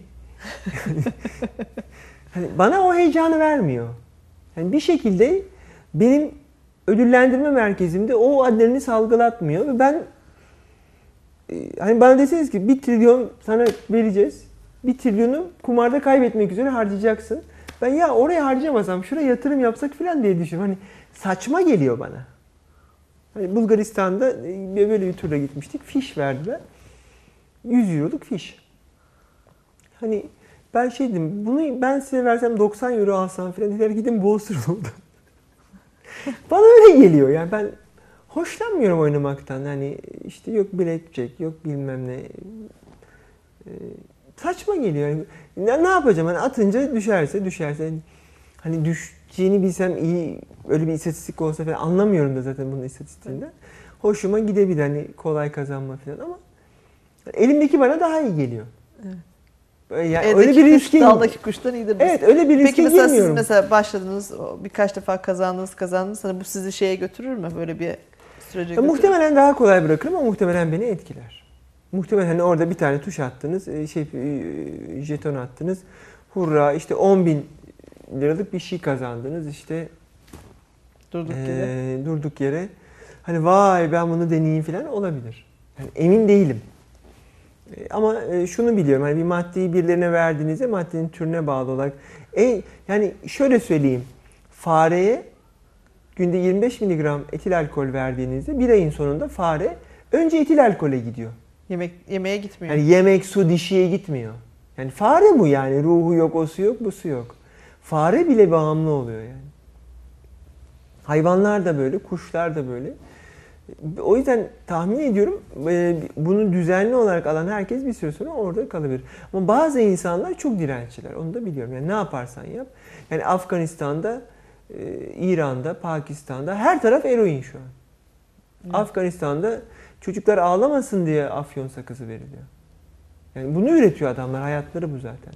Speaker 4: Hani bana o heyecanı vermiyor. Yani bir şekilde benim ödüllendirme merkezimde o adrenalini salgılatmıyor ve ben hani bana deseniz ki bir trilyon sana vereceğiz. Bir trilyonu kumarda kaybetmek üzere harcayacaksın. Ben ya oraya harcamasam şuraya yatırım yapsak falan diye düşünüyorum. Hani saçma geliyor bana. Hani Bulgaristan'da böyle bir turla gitmiştik. Fiş verdiler. yüz euroluk fiş. Hani ben şey dedim, bunu ben size versem doksan euro alsam falan dediler, gidin Wall Street'e. Bana öyle geliyor yani, ben hoşlanmıyorum oynamaktan. Hani işte yok blackjack, yok bilmem ne. Ee, saçma geliyor. Yani ne, ne yapacağım? Hani atınca düşerse düşerse. Hani düşeceğini bilsem iyi, öyle bir istatistik olsa falan, anlamıyorum da zaten bunun istatistiğinden. Hoşuma gidebilir hani kolay kazanma falan ama elimdeki bana daha iyi geliyor. Evet. Yani
Speaker 3: Evdeki
Speaker 4: öyle bir riske
Speaker 3: daldaki kuştan iyidir.
Speaker 4: Evet, öyle bir riske
Speaker 3: Peki mesela
Speaker 4: girmiyorum.
Speaker 3: siz mesela başladınız, birkaç defa kazandınız kazandınız. Hani bu sizi şeye götürür mü? Böyle bir sürece götürür mü?
Speaker 4: Muhtemelen daha kolay bırakırım ama muhtemelen beni etkiler. Muhtemelen hani orada bir tane tuş attınız, şey jeton attınız. Hurra işte on bin liralık bir şey kazandınız işte.
Speaker 3: Durduk
Speaker 4: ee,
Speaker 3: yere.
Speaker 4: Durduk yere. Hani vay ben bunu deneyeyim falan olabilir. Yani emin değilim. Ama şunu biliyorum, hani bir maddeyi birilerine verdiğinizde maddenin türüne bağlı olarak, e, yani şöyle söyleyeyim, fareye günde yirmi beş miligram etil alkol verdiğinizde bir ayın sonunda fare önce etil alkole gidiyor.
Speaker 3: Yemek yemeğe gitmiyor.
Speaker 4: Yani yemek, su, dişiye gitmiyor. Yani fare bu yani, ruhu yok, o su yok, bu su yok. Fare bile bağımlı oluyor yani. Hayvanlar da böyle, kuşlar da böyle. O yüzden tahmin ediyorum bunu düzenli olarak alan herkes bir süre sonra orada kalabilir. Ama bazı insanlar çok dirençliler. Onu da biliyorum. Yani ne yaparsan yap. Yani Afganistan'da, İran'da, Pakistan'da her taraf eroin şu an. Hı. Afganistan'da çocuklar ağlamasın diye afyon sakızı veriliyor. Yani bunu üretiyor adamlar. Hayatları bu zaten.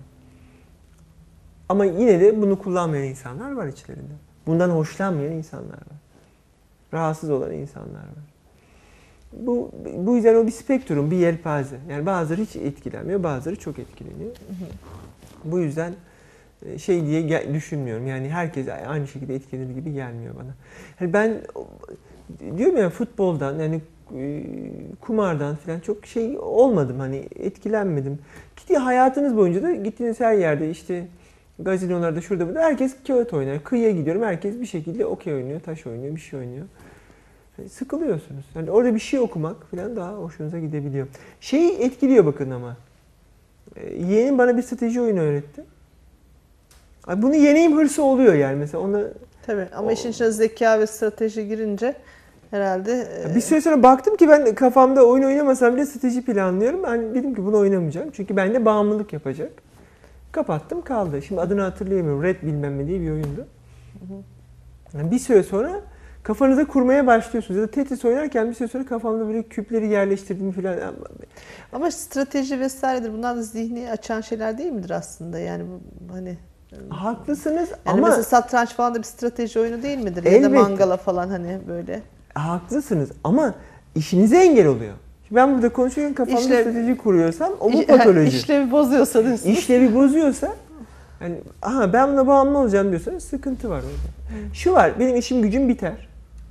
Speaker 4: Ama yine de bunu kullanmayan insanlar var içlerinde. Bundan hoşlanmayan insanlar var. Rahatsız olan insanlar var. Bu, bu yüzden o bir spektrum, bir yelpaze. Yani bazıları hiç etkilenmiyor, bazıları çok etkileniyor. Hı hı. Bu yüzden şey diye düşünmüyorum. Yani herkes aynı şekilde etkilenir gibi gelmiyor bana. Yani ben diyorum ya futboldan, yani kumardan falan çok şey olmadım. Hani etkilenmedim. Gitti hayatınız boyunca da gittiğiniz her yerde işte gazinolarda şurada burada herkes kağıt oynar. Kıyıya gidiyorum, herkes bir şekilde okey oynuyor, taş oynuyor, bir şey oynuyor. Yani sıkılıyorsunuz. Yani orada bir şey okumak falan daha hoşunuza gidebiliyor. Şeyi etkiliyor bakın ama. Yeğenim bana bir strateji oyunu öğretti. Bunu yeneyim hırsı oluyor yani mesela ona.
Speaker 3: Tabii ama o, işin içine zeka ve strateji girince herhalde.
Speaker 4: Bir süre sonra baktım ki ben kafamda oyun oynamasam bile strateji planlıyorum. Ben dedim ki bunu oynamayacağım. Çünkü bende bağımlılık yapacak. Kapattım kaldı. Şimdi adını hatırlayamıyorum. Red bilmem ne diye bir oyundu. Yani bir süre sonra kafanıza kurmaya başlıyorsunuz. Ya da Tetris oynarken bir süre sonra kafamda böyle küpleri yerleştirdim falan.
Speaker 3: Ama strateji vesairedir. Bunlar da zihni açan şeyler değil midir aslında? Yani bu hani.
Speaker 4: Haklısınız
Speaker 3: yani
Speaker 4: ama.
Speaker 3: Mesela satranç falan da bir strateji oyunu değil midir?
Speaker 4: Elbette.
Speaker 3: Ya da mangala falan hani böyle.
Speaker 4: Haklısınız ama işinize engel oluyor. Ben burada konuşurken kafamda İşlev, strateji kuruyorsam o bu patoloji.
Speaker 3: İşlevi bozuyorsa diyorsunuz.
Speaker 4: İşlevi bozuyorsa yani aha ben buna bağımlı olacağım diyorsanız sıkıntı var orada. Hmm. Şu var, benim işim gücüm biter.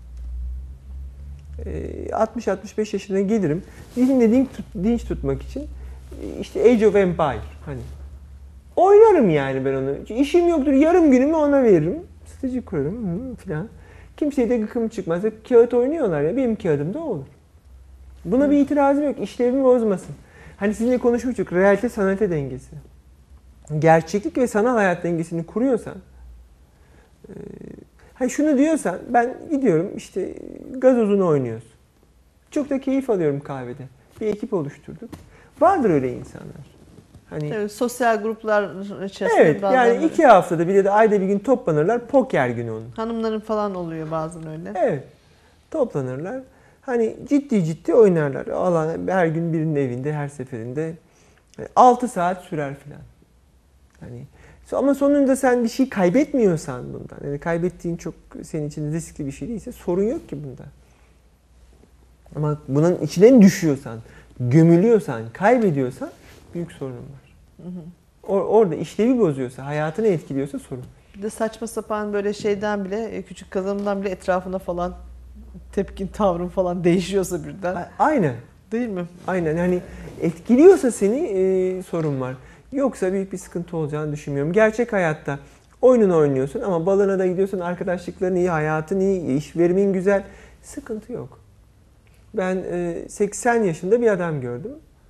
Speaker 4: Ee, altmış altmış beş yaşına gelirim. Zihnimde dinç, tut, dinç tutmak için işte Age of Empire hani oynarım yani ben onu. İşim yoktur, yarım günümü ona veririm. Strateji kurarım falan. Kimseye de gıkım çıkmaz. Hep kağıt oynuyorlar ya, benim kağıdım da olur. Buna bir itirazım yok. İşlevimi bozmasın. Hani sizinle konuşmuştuk. Realite sanate dengesi. Gerçeklik ve sanal hayat dengesini kuruyorsan, e, hani şunu diyorsan, ben gidiyorum işte gazozunu oynuyoruz. Çok da keyif alıyorum kahvede. Bir ekip oluşturduk. Vardır öyle insanlar. Hani
Speaker 3: evet, sosyal gruplar içerisinde.
Speaker 4: Evet, yani iki haftada bir ya da ayda bir gün toplanırlar. Poker günü onun.
Speaker 3: Hanımların falan oluyor bazen öyle.
Speaker 4: Evet. Toplanırlar. Hani ciddi ciddi oynarlar. Alan her gün birinin evinde, her seferinde altı saat sürer filan. Hani ama sonunda sen bir şey kaybetmiyorsan bundan, yani kaybettiğin çok senin için riskli bir şey değilse sorun yok ki bunda. Ama bunun içine düşüyorsan, gömülüyorsan, kaybediyorsan büyük sorun var. Hı hı. Or- orada işlevi bozuyorsa, hayatını etkiliyorsa sorun.
Speaker 3: Bir de saçma sapan böyle şeyden bile, küçük kazanımdan bile etrafına falan tepkin, tavrın falan değişiyorsa birden.
Speaker 4: Aynen.
Speaker 3: Değil mi?
Speaker 4: Aynen. Hani etkiliyorsa seni e, sorun var. Yoksa büyük bir sıkıntı olacağını düşünmüyorum. Gerçek hayatta oyununu oynuyorsun ama balına da gidiyorsun, arkadaşlıkların iyi, hayatın iyi, iş verimin güzel. Sıkıntı yok. Ben e, seksen yaşında bir adam gördüm.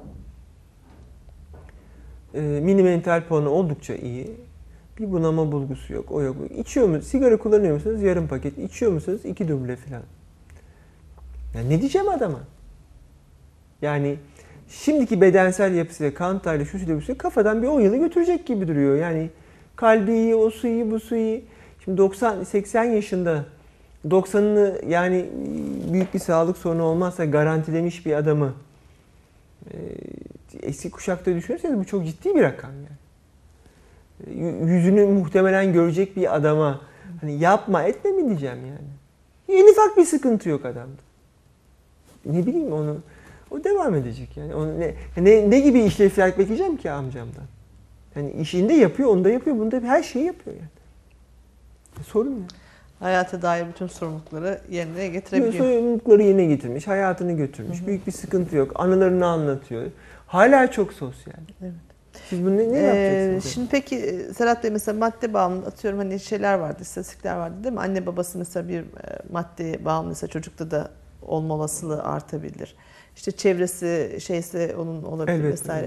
Speaker 4: E, mini mental puanı oldukça iyi. Bir bunama bulgusu yok, o yok. İçiyor musunuz? Sigara kullanıyor musunuz? Yarım paket. İçiyor musunuz? İki duble falan. Ya ne diyeceğim adama? Yani şimdiki bedensel yapısıyla, kan tahlili, şu şuyla bu şuyla kafadan bir on yılı götürecek gibi duruyor. Yani kalbi iyi, o su iyi, bu su iyi. Şimdi doksan seksen yaşında doksanını yani büyük bir sağlık sorunu olmazsa garantilemiş bir adamı eski kuşakta düşünürseniz bu çok ciddi bir rakam yani. Yüzünü muhtemelen görecek bir adama hani yapma etme mi diyeceğim yani. En ufak bir sıkıntı yok adamda. Ne bileyim onu o devam edecek yani. Onu ne, ne ne gibi işlevler bekleyeceğim ki amcamdan? Yani işini de yapıyor, onu da yapıyor, bunu da her şeyi yapıyor yani. Sorun ne?
Speaker 3: Hayata dair bütün sorumlulukları yerine getirebiliyor.
Speaker 4: Sorumlulukları yerine getirmiş, hayatını götürmüş. Hı hı. Büyük bir sıkıntı yok. Anılarını anlatıyor. Hala çok sosyal. Evet. Siz bunu ne, ne yapacaksınız?
Speaker 3: Ee, şimdi peki Serhat Bey mesela madde bağımlı atıyorum hani şeyler vardı, istatistikler vardı değil mi? Anne babası mesela bir maddeye bağımlıysa çocukta da olma olasılığı artabilir. İşte çevresi şeyse onun olabilir evet, vesaire. Evet.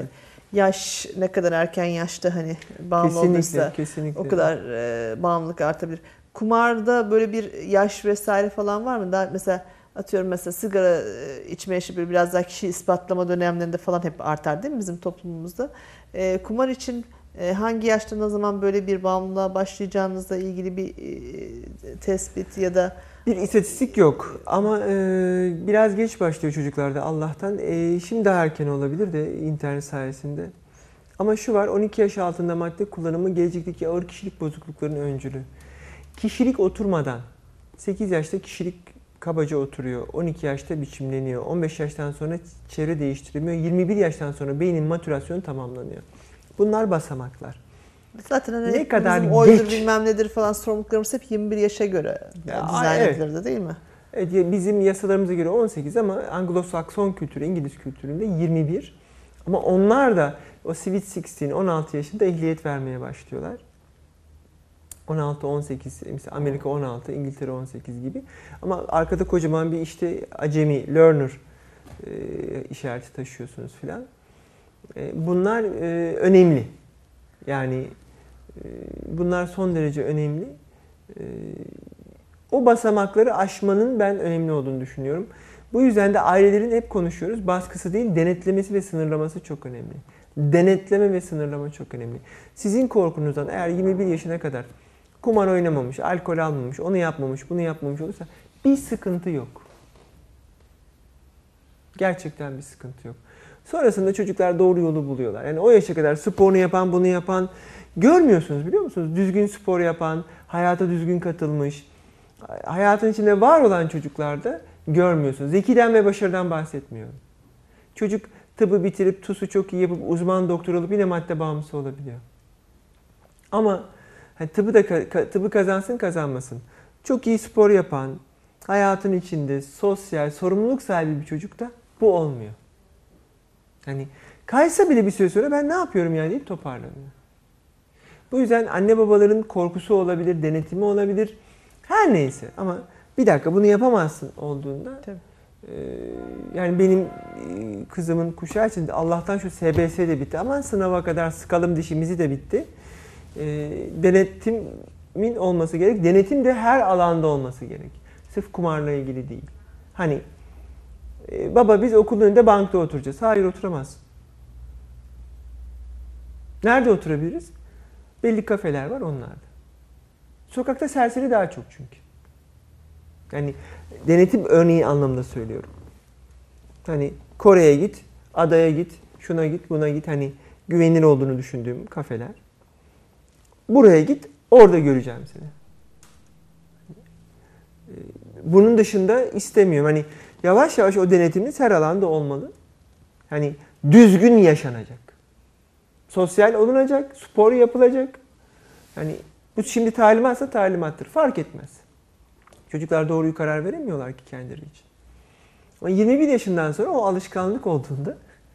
Speaker 3: yaş ne kadar erken yaşta hani bağımlı
Speaker 4: Kesinlikle,
Speaker 3: olursa
Speaker 4: kesinlikle.
Speaker 3: o kadar e, bağımlılık artabilir. Kumarda böyle bir yaş vesaire falan var mı? Daha mesela atıyorum mesela sigara e, içme yaşı böyle biraz daha kişi ispatlama dönemlerinde falan hep artar değil mi bizim toplumumuzda? E, kumar için e, hangi yaşta ne zaman böyle bir bağımlılığa başlayacağınızla ilgili bir e, tespit ya da
Speaker 4: Bir istatistik yok ama e, biraz geç başlıyor çocuklarda Allah'tan. E, şimdi daha erken olabilir de internet sayesinde. Ama şu var, on iki yaş altında madde kullanımı gelecekteki ağır kişilik bozukluklarının öncülü. Kişilik oturmadan, sekiz yaşta kişilik kabaca oturuyor, on iki yaşta biçimleniyor, on beş yaştan sonra çevre değiştiremiyor, yirmi bir yaştan sonra beynin matürasyonu tamamlanıyor. Bunlar basamaklar.
Speaker 3: zaten hani
Speaker 4: Ne kadar
Speaker 3: bizim oydur
Speaker 4: geç-
Speaker 3: bilmem nedir falan sorumluluklarımız hep yirmi bir yaşa göre
Speaker 4: Ya,
Speaker 3: dizayn
Speaker 4: evet.
Speaker 3: edilirdi değil mi?
Speaker 4: Evet, bizim yasalarımıza göre on sekiz ama Anglo-Sakson kültürü, İngiliz kültüründe yirmi bir. Ama onlar da o Sweet on altı, on altı yaşında ehliyet vermeye başlıyorlar. on altı on sekiz, mesela Amerika on altı, İngiltere on sekiz gibi. Ama arkada kocaman bir işte acemi, learner e, işareti taşıyorsunuz filan. E, bunlar e, önemli. Yani e, bunlar son derece önemli. E, O basamakları aşmanın ben önemli olduğunu düşünüyorum. Bu yüzden de ailelerin hep konuşuyoruz. Baskısı değil, denetlemesi ve sınırlaması çok önemli. Denetleme ve sınırlama çok önemli. Sizin korkunuzdan eğer yirmi bir yaşına kadar kumar oynamamış, alkol almamış, onu yapmamış, bunu yapmamış olursa bir sıkıntı yok. Gerçekten bir sıkıntı yok. Sonrasında çocuklar doğru yolu buluyorlar. Yani o yaşa kadar sporunu yapan, bunu yapan görmüyorsunuz, biliyor musunuz? Düzgün spor yapan, hayata düzgün katılmış, hayatın içinde var olan çocuklarda görmüyorsunuz. Zekiden ve başarıdan bahsetmiyorum. Çocuk tıbbı bitirip TUS'u çok iyi yapıp uzman doktor olup yine madde bağımlısı olabiliyor. Ama hani tıbbı da tıbbı kazansın kazanmasın. Çok iyi spor yapan, hayatın içinde sosyal, sorumluluk sahibi bir çocukta bu olmuyor. Hani kaysa bile bir süre sonra ben ne yapıyorum yani deyip toparlanıyor. Bu yüzden anne babaların korkusu olabilir, denetimi olabilir. Her neyse ama bir dakika bunu yapamazsın olduğunda
Speaker 3: Tabii.
Speaker 4: e, yani benim e, kızımın kuşağı için Allah'tan şu S B S de bitti. Aman sınava kadar sıkalım dişimizi de bitti. E, denetimin olması gerek. Denetim de her alanda olması gerek. Sırf kumarla ilgili değil. Hani e, baba biz okulun önünde bankta oturacağız. Hayır oturamazsın. Nerede oturabiliriz? Belli kafeler var onlarda. Sokakta serseri daha çok çünkü. Yani denetim örneği anlamında söylüyorum. Hani Kore'ye git, adaya git, şuna git, buna git. Hani güvenilir olduğunu düşündüğüm kafeler. Buraya git, orada göreceğim seni. Bunun dışında istemiyorum. Hani yavaş yavaş o denetimimiz her alanda olmalı. Hani düzgün yaşanacak. Sosyal olunacak, spor yapılacak. Hani bu şimdi talimatsa talimattır. Fark etmez. Çocuklar doğruyu karar veremiyorlar ki kendileri için. Ama yirmi bir yaşından sonra o alışkanlık olduğunda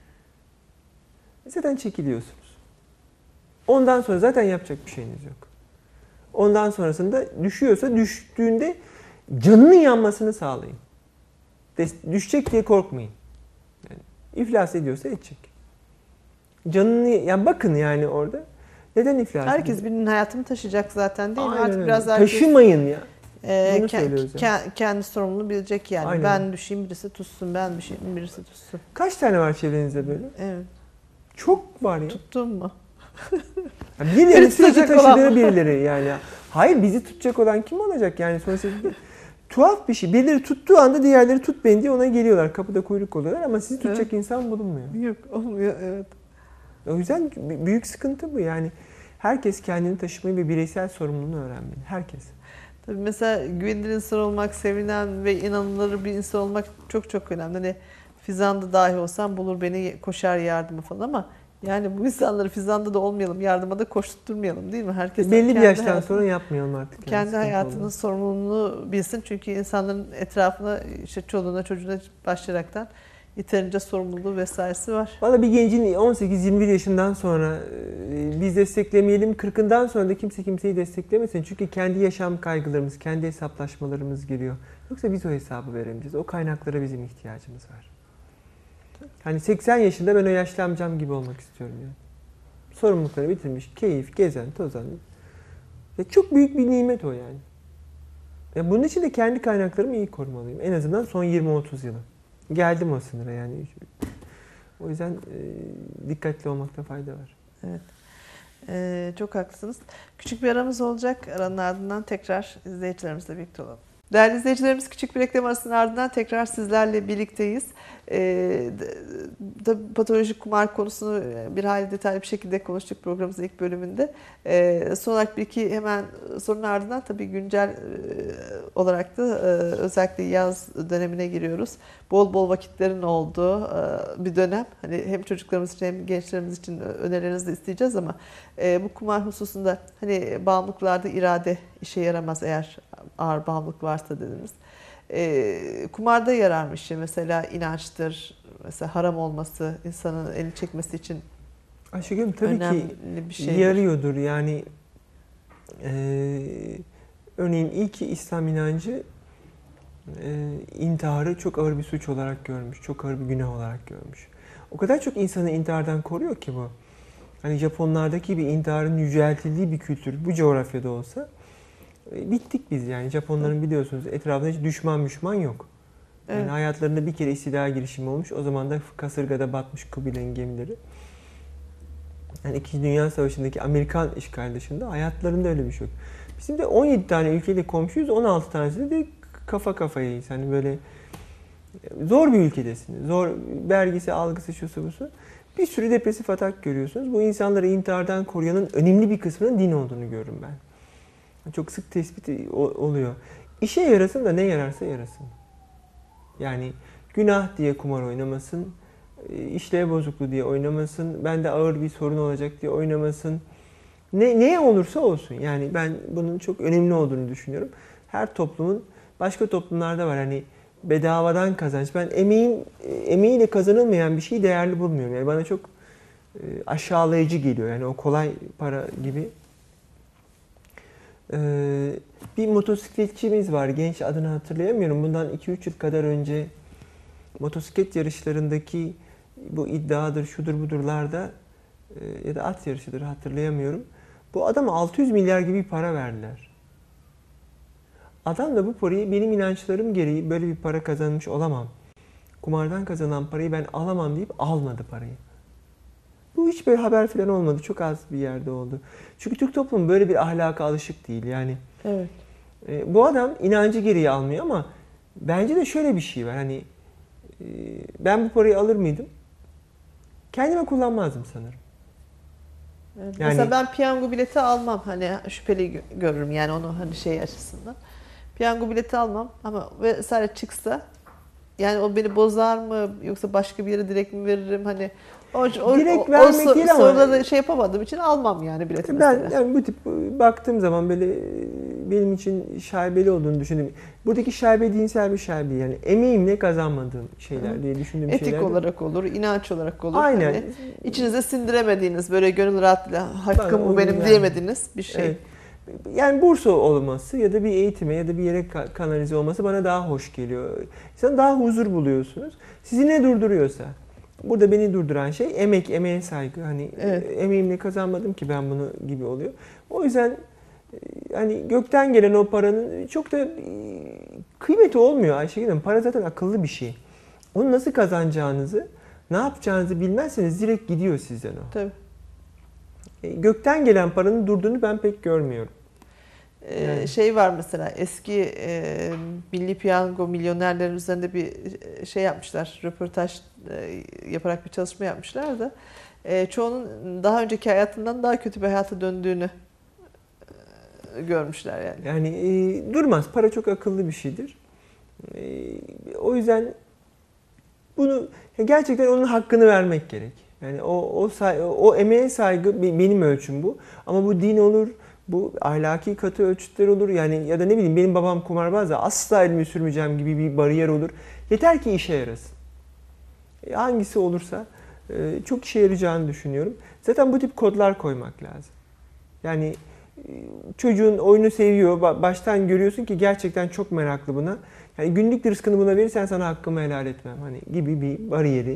Speaker 4: zaten çekiliyorsunuz. Ondan sonra zaten yapacak bir şeyiniz yok. Ondan sonrasında düşüyorsa düştüğünde canının yanmasını sağlayın. Düşecek diye korkmayın. Yani iflas ediyorsa edecek. Canını, yani bakın yani orada. Neden iflas ediyor?
Speaker 3: Herkes birinin hayatını taşıyacak zaten değil mi?
Speaker 4: Aynen
Speaker 3: Artık
Speaker 4: öyle.
Speaker 3: biraz herkes
Speaker 4: Taşımayın ya.
Speaker 3: e,
Speaker 4: Bunu
Speaker 3: ke-
Speaker 4: söylüyoruz yani.
Speaker 3: ke- kendi sorumluluğunu bilecek yani.
Speaker 4: Aynen.
Speaker 3: Ben düşeyim birisi tutsun, ben düşeyim birisi tutsun.
Speaker 4: Kaç tane var çevrenizde böyle?
Speaker 3: Evet.
Speaker 4: Çok var ya.
Speaker 3: Tuttun mu?
Speaker 4: Ya birileri
Speaker 3: Biri
Speaker 4: sürekli
Speaker 3: tutacak olan
Speaker 4: taşıdığı
Speaker 3: mı?
Speaker 4: birileri yani. Hayır bizi tutacak olan kim olacak yani sonuçta tuhaf bir şey. Birileri tuttuğu anda diğerleri tut beni diye ona geliyorlar. Kapıda kuyruk oluyorlar ama sizi tutacak
Speaker 3: Evet.
Speaker 4: insan bulunmuyor.
Speaker 3: Yok olmuyor evet.
Speaker 4: O yüzden büyük sıkıntı bu yani. Herkes kendini taşımayı ve bireysel sorumluluğunu öğrenmeli. Herkes.
Speaker 3: Tabii mesela güvenilir insan olmak, sevinen ve inanılır bir insan olmak çok çok önemli. Hani Fizan'da dahi olsam bulur beni koşar yardıma falan ama yani bu insanları Fizan'da da olmayalım, yardıma da koşturmayalım değil mi? Herkes
Speaker 4: Belli bir
Speaker 3: kendi
Speaker 4: yaştan
Speaker 3: hayatını,
Speaker 4: sonra yapmayalım artık. Yani
Speaker 3: kendi
Speaker 4: sıkıntı
Speaker 3: hayatının
Speaker 4: olur.
Speaker 3: sorumluluğunu bilsin. Çünkü insanların etrafına, işte çoluğuna, çocuğuna başlayaraktan yeterince sorumluluğu vesairesi var.
Speaker 4: Valla bir gencin on sekiz yirmi bir yaşından sonra e, biz desteklemeyelim, kırkından sonra da kimse kimseyi desteklemesin. Çünkü kendi yaşam kaygılarımız, kendi hesaplaşmalarımız giriyor. Yoksa biz o hesabı veremeyeceğiz. O kaynaklara bizim ihtiyacımız var. Hani seksen yaşında ben o yaşlı amcam gibi olmak istiyorum yani. Sorumlulukları bitirmiş, keyif, gezen, tozan. Ya çok büyük bir nimet o yani. Ya bunun için de kendi kaynaklarımı iyi korumalıyım. En azından son yirmi otuz yılı. Geldim o sınıra yani. O yüzden e, dikkatli olmakta fayda var.
Speaker 3: Evet. Ee, çok haklısınız. Küçük bir aramız olacak. Aranın ardından tekrar izleyicilerimizle birlikte olalım. Değerli izleyicilerimiz, küçük bir reklam arasının ardından tekrar sizlerle birlikteyiz. Ee, da, patolojik kumar konusunu bir hayli detaylı bir şekilde konuştuk programımızın ilk bölümünde. Ee, son olarak bir iki hemen sorunun ardından tabii güncel e, olarak da e, özellikle yaz dönemine giriyoruz. Bol bol vakitlerin olduğu e, bir dönem. Hani hem çocuklarımız için hem gençlerimiz için önerilerinizi de isteyeceğiz ama e, bu kumar hususunda hani bağımlılıklarda irade işe yaramaz eğer ağır bağımlılık varsa dediniz. E, kumarda yararmış ya mesela inançtır, mesela haram olması insanın elini çekmesi için
Speaker 4: Ayşegül tabii
Speaker 3: önemli
Speaker 4: ki
Speaker 3: bir şey
Speaker 4: yarıyordur yani e, örneğin ilk İslam inancı e, intiharı çok ağır bir suç olarak görmüş, çok ağır bir günah olarak görmüş. O kadar çok insanı intihardan koruyor ki bu. Hani Japonlardaki bir intiharın yüceltildiği bir kültür bu coğrafyada olsa bittik biz yani. Japonların biliyorsunuz etrafında hiç düşman düşman yok. Yani evet. Hayatlarında bir kere istila girişimi olmuş. O zaman da kasırgada batmış Kubilay'ın gemileri. Yani İkinci Dünya Savaşı'ndaki Amerikan işgal dışında hayatlarında öyle bir şey yok. Bizim de on yedi tane ülkeyle komşuyuz. on altı tanesi de kafa kafayayız. Hani böyle zor bir ülkedesiniz. Zor vergisi, algısı, şusu busu. Bir sürü depresif atak görüyorsunuz. Bu insanları intihardan koruyanın önemli bir kısmının din olduğunu görüyorum ben. Çok sık tespit oluyor. İşe yarasın da ne yararsa yarasın. Yani günah diye kumar oynamasın, işlev bozukluğu diye oynamasın, bende ağır bir sorun olacak diye oynamasın. Ne, neye olursa olsun. Yani ben bunun çok önemli olduğunu düşünüyorum. Her toplumun, başka toplumlarda var hani bedavadan kazanç. Ben emeğin, emeğiyle kazanılmayan bir şeyi değerli bulmuyorum. Yani bana çok aşağılayıcı geliyor. Yani o kolay para gibi. Ee, bir motosikletçimiz var. Genç, adını hatırlayamıyorum. Bundan iki üç yıl kadar önce motosiklet yarışlarındaki bu iddiadır, şudur budurlarda e, ya da at yarışıdır hatırlayamıyorum. Bu adama altı yüz milyar gibi para verdiler. Adam da bu parayı benim inançlarım gereği böyle bir para kazanmış olamam. Kumardan kazanan parayı ben alamam deyip almadı parayı. Bu hiç böyle haber falan olmadı. Çok az bir yerde oldu. Çünkü Türk toplumu böyle bir ahlaka alışık değil. Yani
Speaker 3: evet.
Speaker 4: e, bu adam inancı gereği almıyor ama bence de şöyle bir şey var. Hani e, ben bu parayı alır mıydım? Kendime kullanmazdım sanırım.
Speaker 3: Evet.
Speaker 4: Yani,
Speaker 3: mesela ben piyango bileti almam. Hani şüpheli görürüm yani onu hani şey açısından. Piyango bileti almam ama vesaire çıksa yani o beni bozar mı yoksa başka bir yere direkt mi veririm hani o, o,
Speaker 4: direkt
Speaker 3: o,
Speaker 4: vermek
Speaker 3: o,
Speaker 4: değil ama
Speaker 3: sonra da şey yapamadığım için almam yani bileti mesela.
Speaker 4: Ben yani bu tip baktığım zaman böyle benim için şaibeli olduğunu düşündüm. Buradaki şaibe dinsel bir şaibe yani emeğimle kazanmadığım şeyler diye düşündüğüm
Speaker 3: etik
Speaker 4: şeyler.
Speaker 3: Etik olarak olur, inanç olarak olur.
Speaker 4: Aynen.
Speaker 3: Hani içinize sindiremediğiniz böyle gönül rahatlığıyla hakkım bu benim yani. Diyemediğiniz bir şey. Evet.
Speaker 4: Yani burs olması ya da bir eğitime ya da bir yere kanalize olması bana daha hoş geliyor. İnsan daha huzur buluyorsunuz. Sizi ne durduruyorsa. Burada beni durduran şey emek, emeğe saygı. Hani evet. Emeğimle kazanmadım ki ben bunu gibi oluyor. O yüzden hani gökten gelen o paranın çok da kıymeti olmuyor Ayşegül Hanım. Para zaten akıllı bir şey. Onu nasıl kazanacağınızı, ne yapacağınızı bilmezseniz direkt gidiyor sizden o.
Speaker 3: Tabii.
Speaker 4: Gökten gelen paranın durduğunu ben pek görmüyorum.
Speaker 3: Yani. Şey var mesela eski e, Milli Piyango milyonerlerin üzerinde bir şey yapmışlar. Röportaj e, yaparak bir çalışma yapmışlar da e, çoğunun daha önceki hayatından daha kötü bir hayata döndüğünü e, görmüşler yani.
Speaker 4: Yani e, durmaz. Para çok akıllı bir şeydir. E, o yüzden bunu gerçekten onun hakkını vermek gerek. Yani o o o emeğe saygı benim ölçüm bu. Ama bu din olur, bu ahlaki katı ölçütler olur. Yani ya da ne bileyim benim babam kumarbaz da asla elimi sürmeyeceğim gibi bir bariyer olur. Yeter ki işe yarasın. Hangisi olursa çok işe yarayacağını düşünüyorum. Zaten bu tip kodlar koymak lazım. Yani çocuğun oyunu seviyor, baştan görüyorsun ki gerçekten çok meraklı buna. Yani günlük rızkını buna verirsen sana hakkımı helal etmem hani gibi bir bariyeri.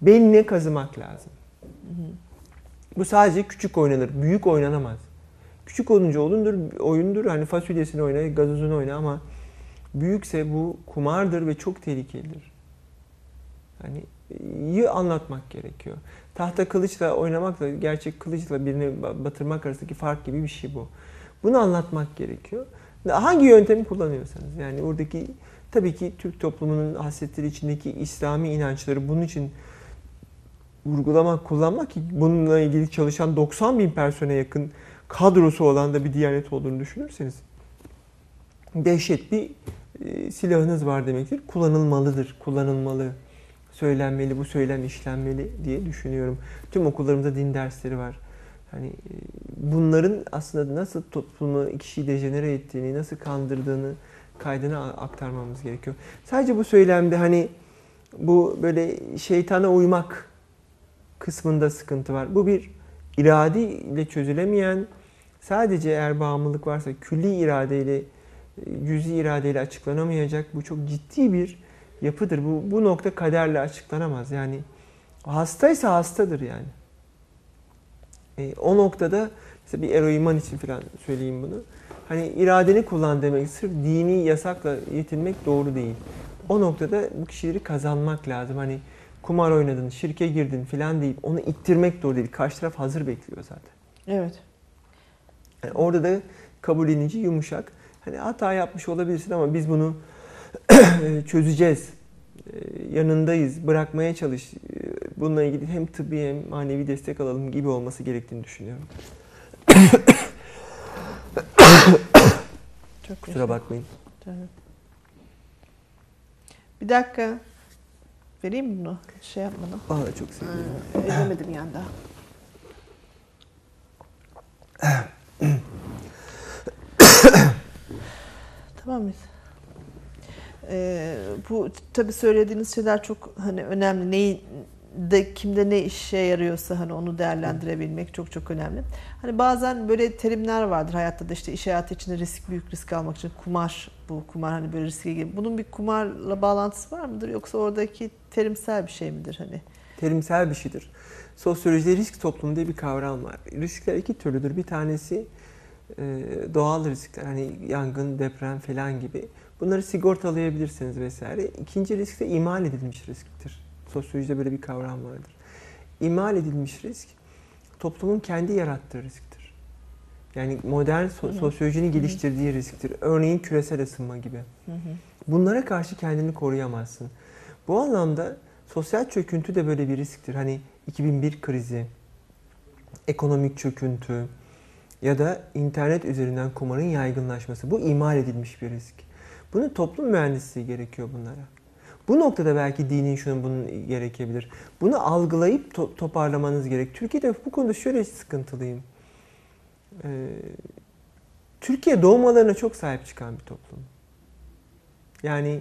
Speaker 4: beynine kazımak lazım. Bu sadece küçük oynanır, büyük oynanamaz. Küçük olunca oyundur, oyundur. Hani fasulyesini oyna, gazozunu oyna ama büyükse bu kumardır ve çok tehlikelidir. Hani iyi anlatmak gerekiyor. Tahta kılıçla oynamakla gerçek kılıçla birini batırmak arasındaki fark gibi bir şey bu. Bunu anlatmak gerekiyor. Hangi yöntemi kullanıyorsanız yani oradaki tabii ki Türk toplumunun hasletleri içindeki İslami inançları bunun için vurgulamak, kullanmak ki bununla ilgili çalışan doksan bin persone yakın kadrosu olan da bir diyanet olduğunu düşünürseniz dehşet bir e, silahınız var demektir. Kullanılmalıdır, kullanılmalı, söylenmeli, bu söylem işlenmeli diye düşünüyorum. Tüm okullarımızda din dersleri var. Hani e, bunların aslında nasıl toplumu, kişiyi dejenere ettiğini, nasıl kandırdığını kaydına aktarmamız gerekiyor. Sadece bu söylemde hani bu böyle şeytana uymak kısmında sıkıntı var. Bu bir iradeyle çözülemeyen, sadece eğer bağımlılık varsa külli iradeyle, cüzi iradeyle açıklanamayacak bu çok ciddi bir yapıdır. Bu, bu nokta kaderle açıklanamaz. Yani hastaysa hastadır yani. E, o noktada mesela bir eroiman için falan söyleyeyim bunu. Hani iradeni kullan demek sırf dini yasakla yetinmek doğru değil. O noktada bu kişileri kazanmak lazım. Hani kumar oynadın, şirke girdin falan deyip onu ittirmek doğru değil. Karşı taraf hazır bekliyor zaten.
Speaker 3: Evet.
Speaker 4: Yani orada da kabullenici, yumuşak. Hani hata yapmış olabilirsin ama biz bunu çözeceğiz. Yanındayız, bırakmaya çalış. Bununla ilgili hem tıbbi hem manevi destek alalım gibi olması gerektiğini düşünüyorum.
Speaker 3: Çok
Speaker 4: Kusura bakmayın.
Speaker 3: Evet. Bir dakika. Vereyim mi bunu? Şey yapmadım.
Speaker 4: Vallahi çok seviyorum.
Speaker 3: Edemedim yani daha. Tamam mıyız? Ee, bu tabii söylediğiniz şeyler çok hani önemli. Neyi de kimde ne işe yarıyorsa hani onu değerlendirebilmek çok çok önemli. Hani bazen böyle terimler vardır hayatta da işte iş hayatı içinde risk büyük risk almak için kumar bu kumar hani böyle riske gibi. Bunun bir kumarla bağlantısı var mıdır yoksa oradaki terimsel bir şey midir hani?
Speaker 4: Terimsel bir şeydir. Sosyolojide risk toplumu diye bir kavram var. Riskler iki türlüdür. Bir tanesi doğal riskler hani yangın, deprem falan gibi. Bunları sigortalayabilirsiniz vesaire. İkinci risk de ihmal edilmiş risktir. Sosyolojide böyle bir kavram vardır. İhmal edilmiş risk toplumun kendi yarattığı risktir. Yani modern so- sosyolojinin geliştirdiği risktir. Örneğin küresel ısınma gibi. Hı hı. Bunlara karşı kendini koruyamazsın. Bu anlamda sosyal çöküntü de böyle bir risktir. Hani iki bin bir krizi, ekonomik çöküntü ya da internet üzerinden kumarın yaygınlaşması. Bu ihmal edilmiş bir risk. Bunun toplum mühendisliği gerekiyor bunlara. Bu noktada belki dinin şunun bunun gerekebilir. Bunu algılayıp to- toparlamanız gerek. Türkiye'de bu konuda şöyle sıkıntılıyım. Ee, Türkiye doğmalarına çok sahip çıkan bir toplum. Yani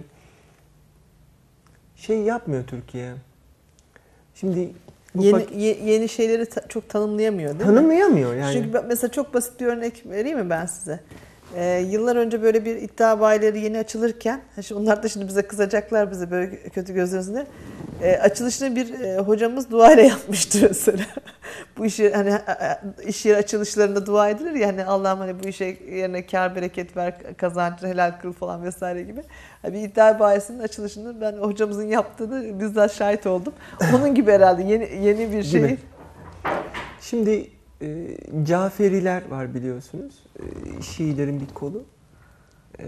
Speaker 4: şey yapmıyor Türkiye. Şimdi bu
Speaker 3: Yeni,
Speaker 4: bak-
Speaker 3: ye- yeni şeyleri ta- çok tanımlayamıyor değil mi?
Speaker 4: tanımlayamıyor yani.
Speaker 3: Çünkü ben- mesela çok basit bir örnek vereyim mi ben size? Ee, yıllar önce böyle bir iddia bayileri yeni açılırken, şimdi onlar da şimdi bize kızacaklar bize böyle kötü gözlerinde. E, açılışını bir e, hocamız duayla yapmıştı mesela. Bu işi hani iş yeri açılışlarında dua edilir ya hani Allah'ım hani bu işe yerine kar bereket ver, kazancı helal kıl falan vesaire gibi. Bir iddia bayisinin açılışını ben hocamızın yaptığını bizzat şahit oldum. Onun gibi herhalde yeni yeni bir şey.
Speaker 4: Gibi. Şimdi e, Caferiler var biliyorsunuz. E, Şiilerin bir kolu. E,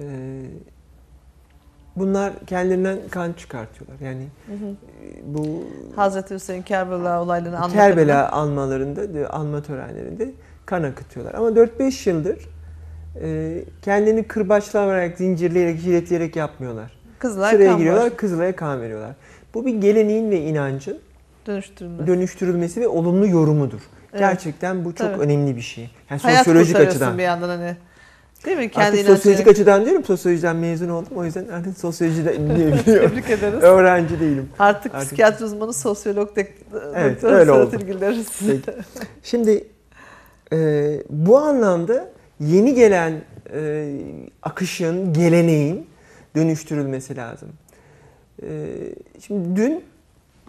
Speaker 4: bunlar kendilerinden kan çıkartıyorlar. Yani
Speaker 3: Hı hı.
Speaker 4: e, bu
Speaker 3: Hazreti Hüseyin Kerbela olaylarını anlatımında.
Speaker 4: Kerbela anmalarında, anma törenlerinde kan akıtıyorlar. Ama dört beş yıldır e, kendini kırbaçlayarak, zincirleyerek, jiletleyerek yapmıyorlar.
Speaker 3: Kızılay
Speaker 4: Sıraya
Speaker 3: kan
Speaker 4: giriyorlar,
Speaker 3: var.
Speaker 4: Kızılay'a kan veriyorlar. Bu bir geleneğin ve inancın
Speaker 3: Dönüştürülmesi.
Speaker 4: dönüştürülmesi ve olumlu yorumudur.
Speaker 3: Evet.
Speaker 4: Gerçekten bu çok
Speaker 3: Tabii.
Speaker 4: önemli bir şey. Yani
Speaker 3: Hayat
Speaker 4: sosyolojik
Speaker 3: kurtarıyorsun
Speaker 4: açıdan.
Speaker 3: bir yandan hani. Değil mi? Kendi
Speaker 4: Artık sosyolojik
Speaker 3: inancını-
Speaker 4: açıdan diyorum, sosyolojiden mezun oldum. O yüzden artık sosyolojiden diyebiliyorum.
Speaker 3: Tebrik ederiz.
Speaker 4: Öğrenci değilim.
Speaker 3: Artık,
Speaker 4: Artık-
Speaker 3: psikiyatri uzmanı, sosyolog, de,
Speaker 4: Evet,
Speaker 3: doktor
Speaker 4: öyle oldu.
Speaker 3: Sedat İlgileriz.
Speaker 4: Peki. Şimdi e, bu anlamda yeni gelen e, akışın, geleneğin dönüştürülmesi lazım. E, şimdi dün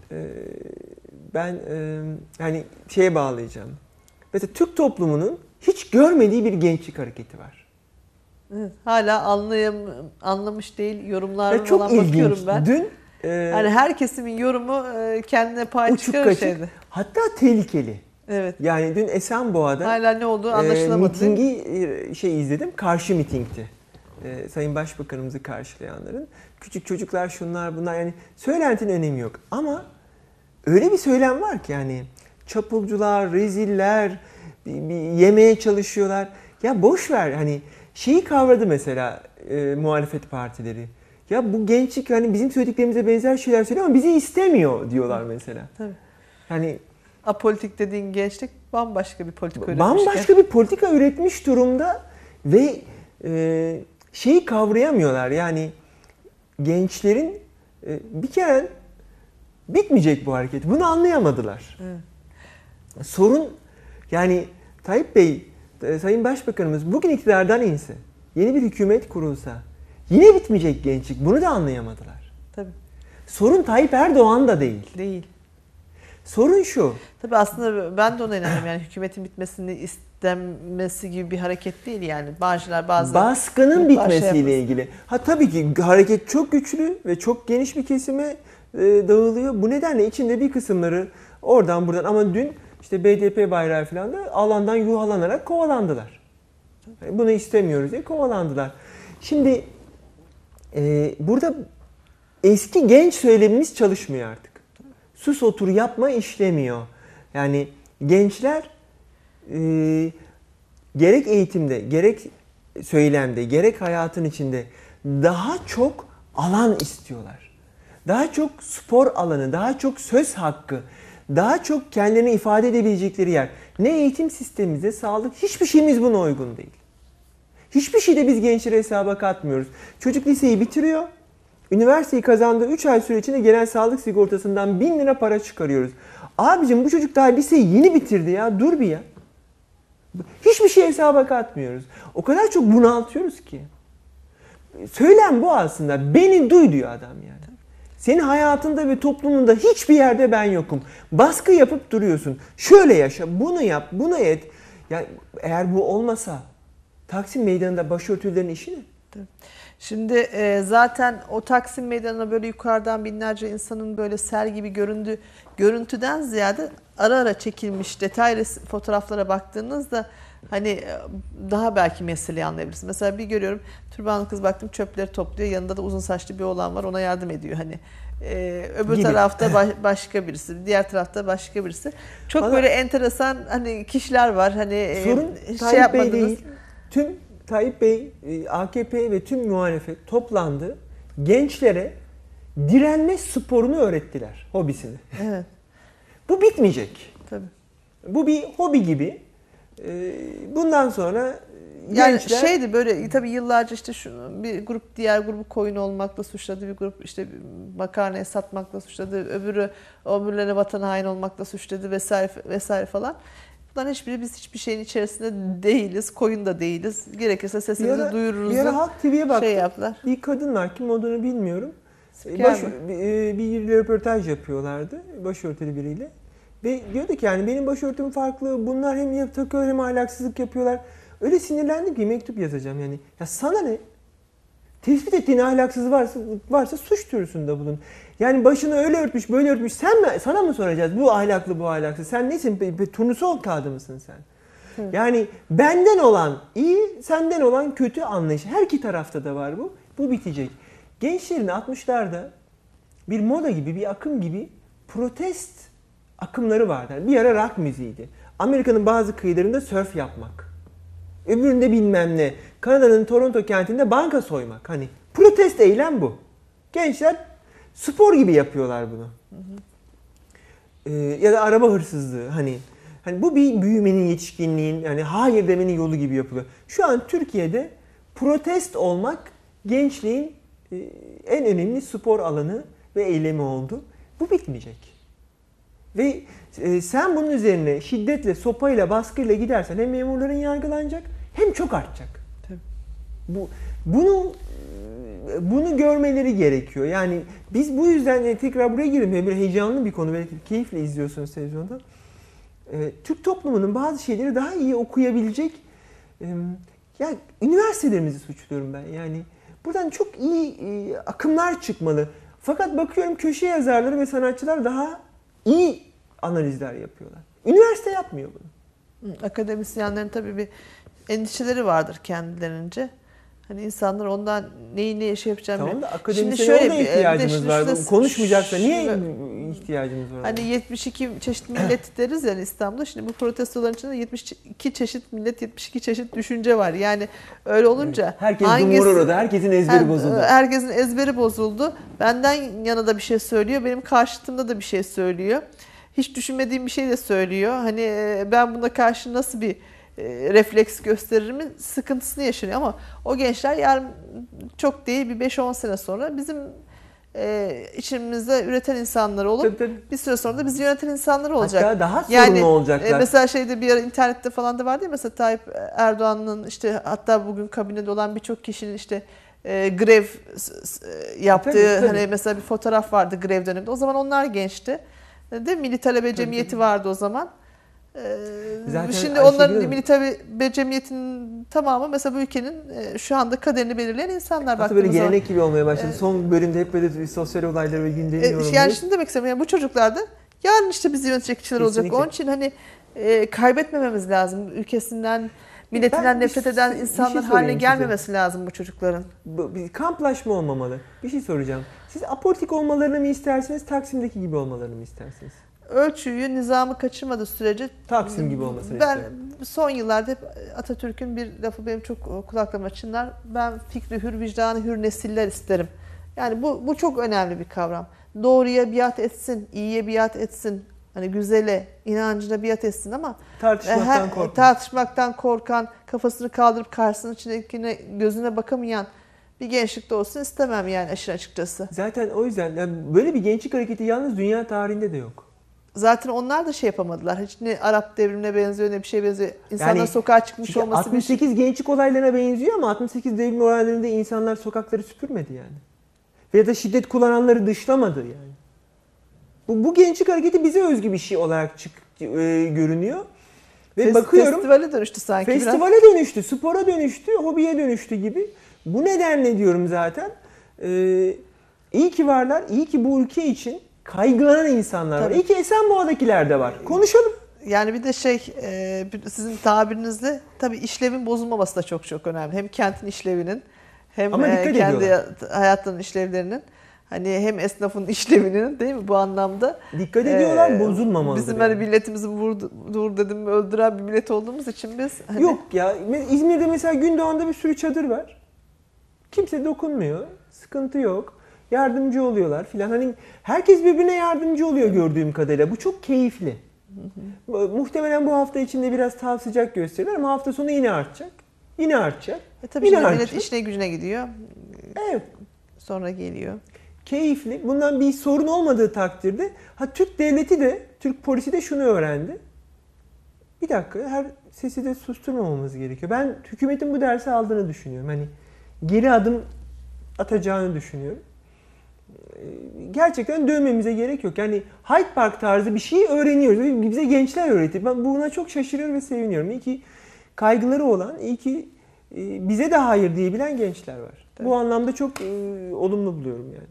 Speaker 4: e, ben e, yani şeye bağlayacağım. Mesela Türk toplumunun hiç görmediği bir gençlik hareketi var.
Speaker 3: Evet, hala anlayam anlamış değil, yorumlarına
Speaker 4: çok
Speaker 3: falan
Speaker 4: ilginç.
Speaker 3: bakıyorum ben.
Speaker 4: Dün e,
Speaker 3: yani her kesimin yorumu e, kendine pay
Speaker 4: uçuk
Speaker 3: çıkarır
Speaker 4: kaçık,
Speaker 3: şeydi.
Speaker 4: hatta tehlikeli.
Speaker 3: Evet.
Speaker 4: Yani dün Esenboğa'da
Speaker 3: Hala ne olduğu anlaşılamadı.
Speaker 4: E, mitingi e, şey izledim. Karşı mitingti. E, Sayın Başbakanımızı karşılayanların. Küçük çocuklar şunlar bunlar, yani söylentinin önemi yok. Ama öyle bir söylem var ki yani çapulcular, reziller, bir, bir yemeye çalışıyorlar. Ya boş ver, hani şeyi kavradı mesela e, muhalefet partileri. Ya bu gençlik hani bizim söylediklerimize benzer şeyler söylüyor ama bizi istemiyor diyorlar mesela.
Speaker 3: Tabii.
Speaker 4: Yani
Speaker 3: apolitik dediğin gençlik bambaşka bir politika üretmiş.
Speaker 4: Bambaşka bir politika üretmiş durumda ve e, şeyi kavrayamıyorlar. Yani gençlerin e, bir kere bitmeyecek bu hareket. Bunu anlayamadılar.
Speaker 3: Evet.
Speaker 4: Sorun yani Tayyip Bey, e, Sayın Başbakanımız bugün iktidardan inse, yeni bir hükümet kurulsa yine bitmeyecek gençlik. Bunu da anlayamadılar.
Speaker 3: Tabii.
Speaker 4: Sorun Tayyip Erdoğan da değil.
Speaker 3: Değil.
Speaker 4: Sorun şu.
Speaker 3: Tabii aslında ben de ona inanıyorum. Yani hükümetin bitmesini istenmesi gibi bir hareket değil yani. Bazılar bazı
Speaker 4: baskının bitmesiyle
Speaker 3: şey
Speaker 4: ilgili. Ha tabii ki hareket çok güçlü ve çok geniş bir kesime e, dağılıyor. Bu nedenle içinde bir kısımları oradan buradan, ama dün işte B D P bayrağı falan da alandan yuhalanarak kovalandılar. Yani bunu istemiyoruz diye kovalandılar. Şimdi e, burada eski genç söylemimiz çalışmıyor artık. Sus otur yapma işlemiyor. Yani gençler e, gerek eğitimde, gerek söylemde, gerek hayatın içinde daha çok alan istiyorlar. Daha çok spor alanı, daha çok söz hakkı, daha çok kendilerini ifade edebilecekleri yer. Ne eğitim sistemimizde, sağlık, hiçbir şeyimiz buna uygun değil. Hiçbir şeyde biz gençleri hesaba katmıyoruz. Çocuk liseyi bitiriyor. Üniversiteyi kazandığı üç ay süre içinde gelen sağlık sigortasından bin lira para çıkarıyoruz. Abicim bu çocuk daha liseyi yeni bitirdi ya. Dur bir ya. Hiçbir şey hesaba katmıyoruz. O kadar çok bunaltıyoruz ki. Söylem bu aslında. Beni duy diyor adam yani. Senin hayatında ve toplumunda hiçbir yerde ben yokum. Baskı yapıp duruyorsun. Şöyle yaşa, bunu yap, bunu et. Ya eğer bu olmasa Taksim Meydanı'nda başörtülerin işi ne?
Speaker 3: Şimdi e, zaten o Taksim Meydanı'na böyle yukarıdan binlerce insanın böyle sel gibi göründüğü görüntüden ziyade ara ara çekilmiş detaylı fotoğraflara baktığınızda hani daha belki meseleyi anlayabilirsiniz. Mesela bir görüyorum, türbanlı kız baktım çöpleri topluyor, yanında da uzun saçlı bir oğlan var, ona yardım ediyor hani. Ee, öbür
Speaker 4: gibi.
Speaker 3: tarafta baş, başka birisi, diğer tarafta başka birisi. Çok Vallahi, böyle enteresan hani kişiler var hani.
Speaker 4: Sorun
Speaker 3: şey
Speaker 4: Tayyip
Speaker 3: yapmadınız.
Speaker 4: Bey değil. Tüm Tayyip Bey, A K P ve tüm muhalefet toplandı. Gençlere direnme sporunu öğrettiler, hobisini.
Speaker 3: Evet.
Speaker 4: Bu bitmeyecek.
Speaker 3: Tabii.
Speaker 4: Bu bir hobi gibi. Bundan sonra
Speaker 3: yani
Speaker 4: gençler...
Speaker 3: şeydi böyle tabii yıllarca işte şu bir grup diğer grubu koyun olmakla suçladı, bir grup işte makarnayı satmakla suçladı, öbürü öbürlerine vatan hain olmakla suçladı vesaire vesaire falan. Bunların hiçbiri, biz hiçbir şeyin içerisinde değiliz, koyun da değiliz. Gerekirse sesimizi
Speaker 4: ara,
Speaker 3: duyururuz.
Speaker 4: Bir ara Halk T V'ye baktım.
Speaker 3: Şey yaptılar.
Speaker 4: Bir kadın var, kim olduğunu bilmiyorum.
Speaker 3: Spiker
Speaker 4: Baş, bir, bir röportaj yapıyorlardı başörtülü biriyle. Ve diyordu ki yani benim başörtüm farklı, bunlar hem takıyorlar hem ahlaksızlık yapıyorlar. Öyle sinirlendim ki mektup yazacağım yani. Ya sana ne? Tespit ettiğin ahlaksız varsa, varsa suç duyurusunda bulun. Yani başını öyle örtmüş, böyle örtmüş. Sen mi, sana mı soracağız bu ahlaklı, bu ahlaksız? Sen nesin? Bir turnusol kağıdı mısın sen? Hı. Yani benden olan iyi, senden olan kötü anlayış. Her iki tarafta da var bu. Bu bitecek. Gençlerin altmışlarda bir moda gibi, bir akım gibi protest akımları vardı. Bir ara rock müziğiydi. Amerika'nın bazı kıyılarında sörf yapmak. Öbüründe bilmem ne. Kanada'nın Toronto kentinde banka soymak. Hani protest eylem bu. Gençler spor gibi yapıyorlar bunu. Hı hı. Ee, ya da araba hırsızlığı. Hani hani bu bir büyümenin, yetişkinliğin, yani hayır demenin yolu gibi yapılıyor. Şu an Türkiye'de protest olmak gençliğin e, en önemli spor alanı ve eylemi oldu. Bu bitmeyecek. Ve e, sen bunun üzerine şiddetle, sopayla, baskıyla gidersen hem memurların yargılanacak hem çok artacak. Tabii. Bu bunu bunu görmeleri gerekiyor. Yani biz bu yüzden tekrar buraya girelim. Bir heyecanlı bir konu. Belki keyifle izliyorsunuz televizyonda. Türk toplumunun bazı şeyleri daha iyi okuyabilecek, ya üniversitelerimizi suçluyorum ben. Yani buradan çok iyi akımlar çıkmalı. Fakat bakıyorum köşe yazarları ve sanatçılar daha iyi analizler yapıyorlar. Üniversite yapmıyor bunu.
Speaker 3: Akademisyenlerin tabii bir endişeleri vardır kendilerince. Hani insanlar ondan neyi ne iş yapacağını
Speaker 4: Tamam da
Speaker 3: Şimdi
Speaker 4: akademisyene
Speaker 3: şöyle
Speaker 4: ona
Speaker 3: bir-
Speaker 4: ihtiyacımız
Speaker 3: bir de
Speaker 4: var.
Speaker 3: şurada-
Speaker 4: Konuşmayacaksa niye
Speaker 3: şurada-
Speaker 4: ihtiyacımız var?
Speaker 3: Hani yetmiş iki çeşit millet deriz yani İstanbul'da. Şimdi bu protestoların içinde yetmiş iki çeşit millet, yetmiş iki çeşit düşünce var. Yani öyle olunca
Speaker 4: Herkes
Speaker 3: hangisi-
Speaker 4: dumur orada. Herkesin ezberi
Speaker 3: Her-
Speaker 4: bozuldu.
Speaker 3: Herkesin ezberi bozuldu. Benden yana da bir şey söylüyor. Benim karşıtımda da bir şey söylüyor. Hiç düşünmediğim bir şey de söylüyor. Hani e, ben buna karşı nasıl bir e, refleks gösteririm sıkıntısını yaşanıyor. Ama o gençler yarın çok değil bir beş on sene sonra bizim e, içimizde üreten insanlar olup
Speaker 4: Tabii, tabii.
Speaker 3: bir süre sonra da bizi yöneten insanlar olacak.
Speaker 4: Hatta daha sorumlu
Speaker 3: Yani
Speaker 4: olacaklar.
Speaker 3: e, mesela şeyde bir ara internette falan da vardı ya, mesela Tayyip Erdoğan'ın işte hatta bugün kabinede olan birçok kişinin işte e, grev s- s- yaptığı
Speaker 4: Tabii, tabii.
Speaker 3: hani mesela bir fotoğraf vardı grev döneminde. O zaman onlar gençti. E, Değil mi? Milli Talebe Cemiyeti vardı o zaman. E,
Speaker 4: Zaten
Speaker 3: Şimdi
Speaker 4: Ayşegül
Speaker 3: onların
Speaker 4: Hanım-
Speaker 3: Milli Talebe Cemiyeti'nin tamamı mesela bu ülkenin e, şu anda kaderini belirleyen insanlar
Speaker 4: Hatta
Speaker 3: baktığımız
Speaker 4: böyle
Speaker 3: zaman.
Speaker 4: gelenek gibi olmaya başladı. Son bölümde hep böyle sosyal olayları ve gündemi
Speaker 3: E,
Speaker 4: yorumluyoruz.
Speaker 3: yani şimdi demek istemiyorum. Yani bu çocuklar da yarın işte bizi yönetecek kişiler olacak.
Speaker 4: Kesinlikle.
Speaker 3: Onun için hani e, kaybetmememiz lazım. Ülkesinden, milletinden
Speaker 4: Ben bir
Speaker 3: nefret
Speaker 4: şey-
Speaker 3: eden
Speaker 4: bir şey
Speaker 3: insanlar haline
Speaker 4: sorayım size.
Speaker 3: gelmemesi lazım bu çocukların.
Speaker 4: Bu- bir kamplaşma olmamalı. Bir şey soracağım. Siz apolitik olmalarını mı istersiniz, Taksim'deki gibi olmalarını mı istersiniz?
Speaker 3: Ölçüyü, nizamı kaçırmadığı sürece
Speaker 4: Taksim gibi olmasını
Speaker 3: ben
Speaker 4: isterim.
Speaker 3: son yıllarda hep Atatürk'ün bir lafı benim çok kulaklarıma çınlar. Ben fikri hür, vicdanı hür nesiller isterim. Yani bu bu çok önemli bir kavram. Doğruya biat etsin, iyiye biat etsin. Hani güzele, inancına biat etsin ama
Speaker 4: Tartışmaktan
Speaker 3: her-
Speaker 4: korkun.
Speaker 3: tartışmaktan korkan, kafasını kaldırıp karşısının içindekine gözüne bakamayan bir gençlikte olsun istemem yani işin açıkçası.
Speaker 4: Zaten o yüzden yani böyle bir gençlik hareketi yalnız dünya tarihinde de yok.
Speaker 3: Zaten onlar da şey yapamadılar. Hiç ne Arap devrimine benziyor ne bir şey benziyor. İnsanlar
Speaker 4: Yani
Speaker 3: sokağa çıkmış
Speaker 4: Çünkü
Speaker 3: olması bir şey.
Speaker 4: altmış sekiz gençlik olaylarına benziyor ama altmış sekiz devrim olaylarında insanlar sokakları süpürmedi yani. Veya da şiddet kullananları dışlamadı yani. Bu, bu gençlik hareketi bize özgü bir şey olarak çık, e, görünüyor. Ve
Speaker 3: Fes-
Speaker 4: bakıyorum
Speaker 3: Festivale dönüştü sanki biraz.
Speaker 4: festivale dönüştü, spora dönüştü, hobiye dönüştü gibi. Bu nedenle diyorum zaten. Ee, iyi ki varlar, iyi ki bu ülke için kaygılanan insanlar var.
Speaker 3: Tabii.
Speaker 4: İyi ki Esenboğa'dakiler de var. Konuşalım.
Speaker 3: Yani bir de şey e, bir- sizin tabirinizle tabii işlevin bozulmaması da çok çok önemli. Hem kentin işlevinin hem
Speaker 4: Ama
Speaker 3: e,
Speaker 4: dikkat
Speaker 3: kendi
Speaker 4: ediyorlar.
Speaker 3: hayatlarının işlevlerinin hani hem esnafın işlevinin değil mi bu anlamda.
Speaker 4: Dikkat ediyorlar,
Speaker 3: e,
Speaker 4: bozulmamalıdır.
Speaker 3: Bizim
Speaker 4: yani.
Speaker 3: hani milletimizi vurdu, vur dedim mi öldüren bir millet olduğumuz için biz hani,
Speaker 4: Yok ya, İzmir'de mesela Gündoğan'da bir sürü çadır var. Kimse dokunmuyor, sıkıntı yok. Yardımcı oluyorlar filan. Hani herkes birbirine yardımcı oluyor gördüğüm kadarıyla. Bu çok keyifli. Muhtemelen bu hafta içinde biraz daha sıcak gösterir ama hafta sonu yine artacak. Yine artacak.
Speaker 3: E tabii
Speaker 4: Yine
Speaker 3: şimdi millet
Speaker 4: artacak.
Speaker 3: işine gücüne gidiyor.
Speaker 4: Evet.
Speaker 3: Sonra geliyor.
Speaker 4: Keyifli. Bundan bir sorun olmadığı takdirde ha Türk devleti de, Türk polisi de şunu öğrendi. Bir dakika, her sesi de susturmamamız gerekiyor. Ben hükümetin bu dersi aldığını düşünüyorum. Hani geri adım atacağını düşünüyorum. Gerçekten dövmemize gerek yok. Yani Hyde Park tarzı bir şey öğreniyoruz. Bize gençler öğretti. Ben buna çok şaşırıyorum ve seviniyorum. İyi ki kaygıları olan, iyi ki bize de hayır diyebilen gençler var.
Speaker 3: Tabii.
Speaker 4: Bu anlamda çok e, olumlu buluyorum yani.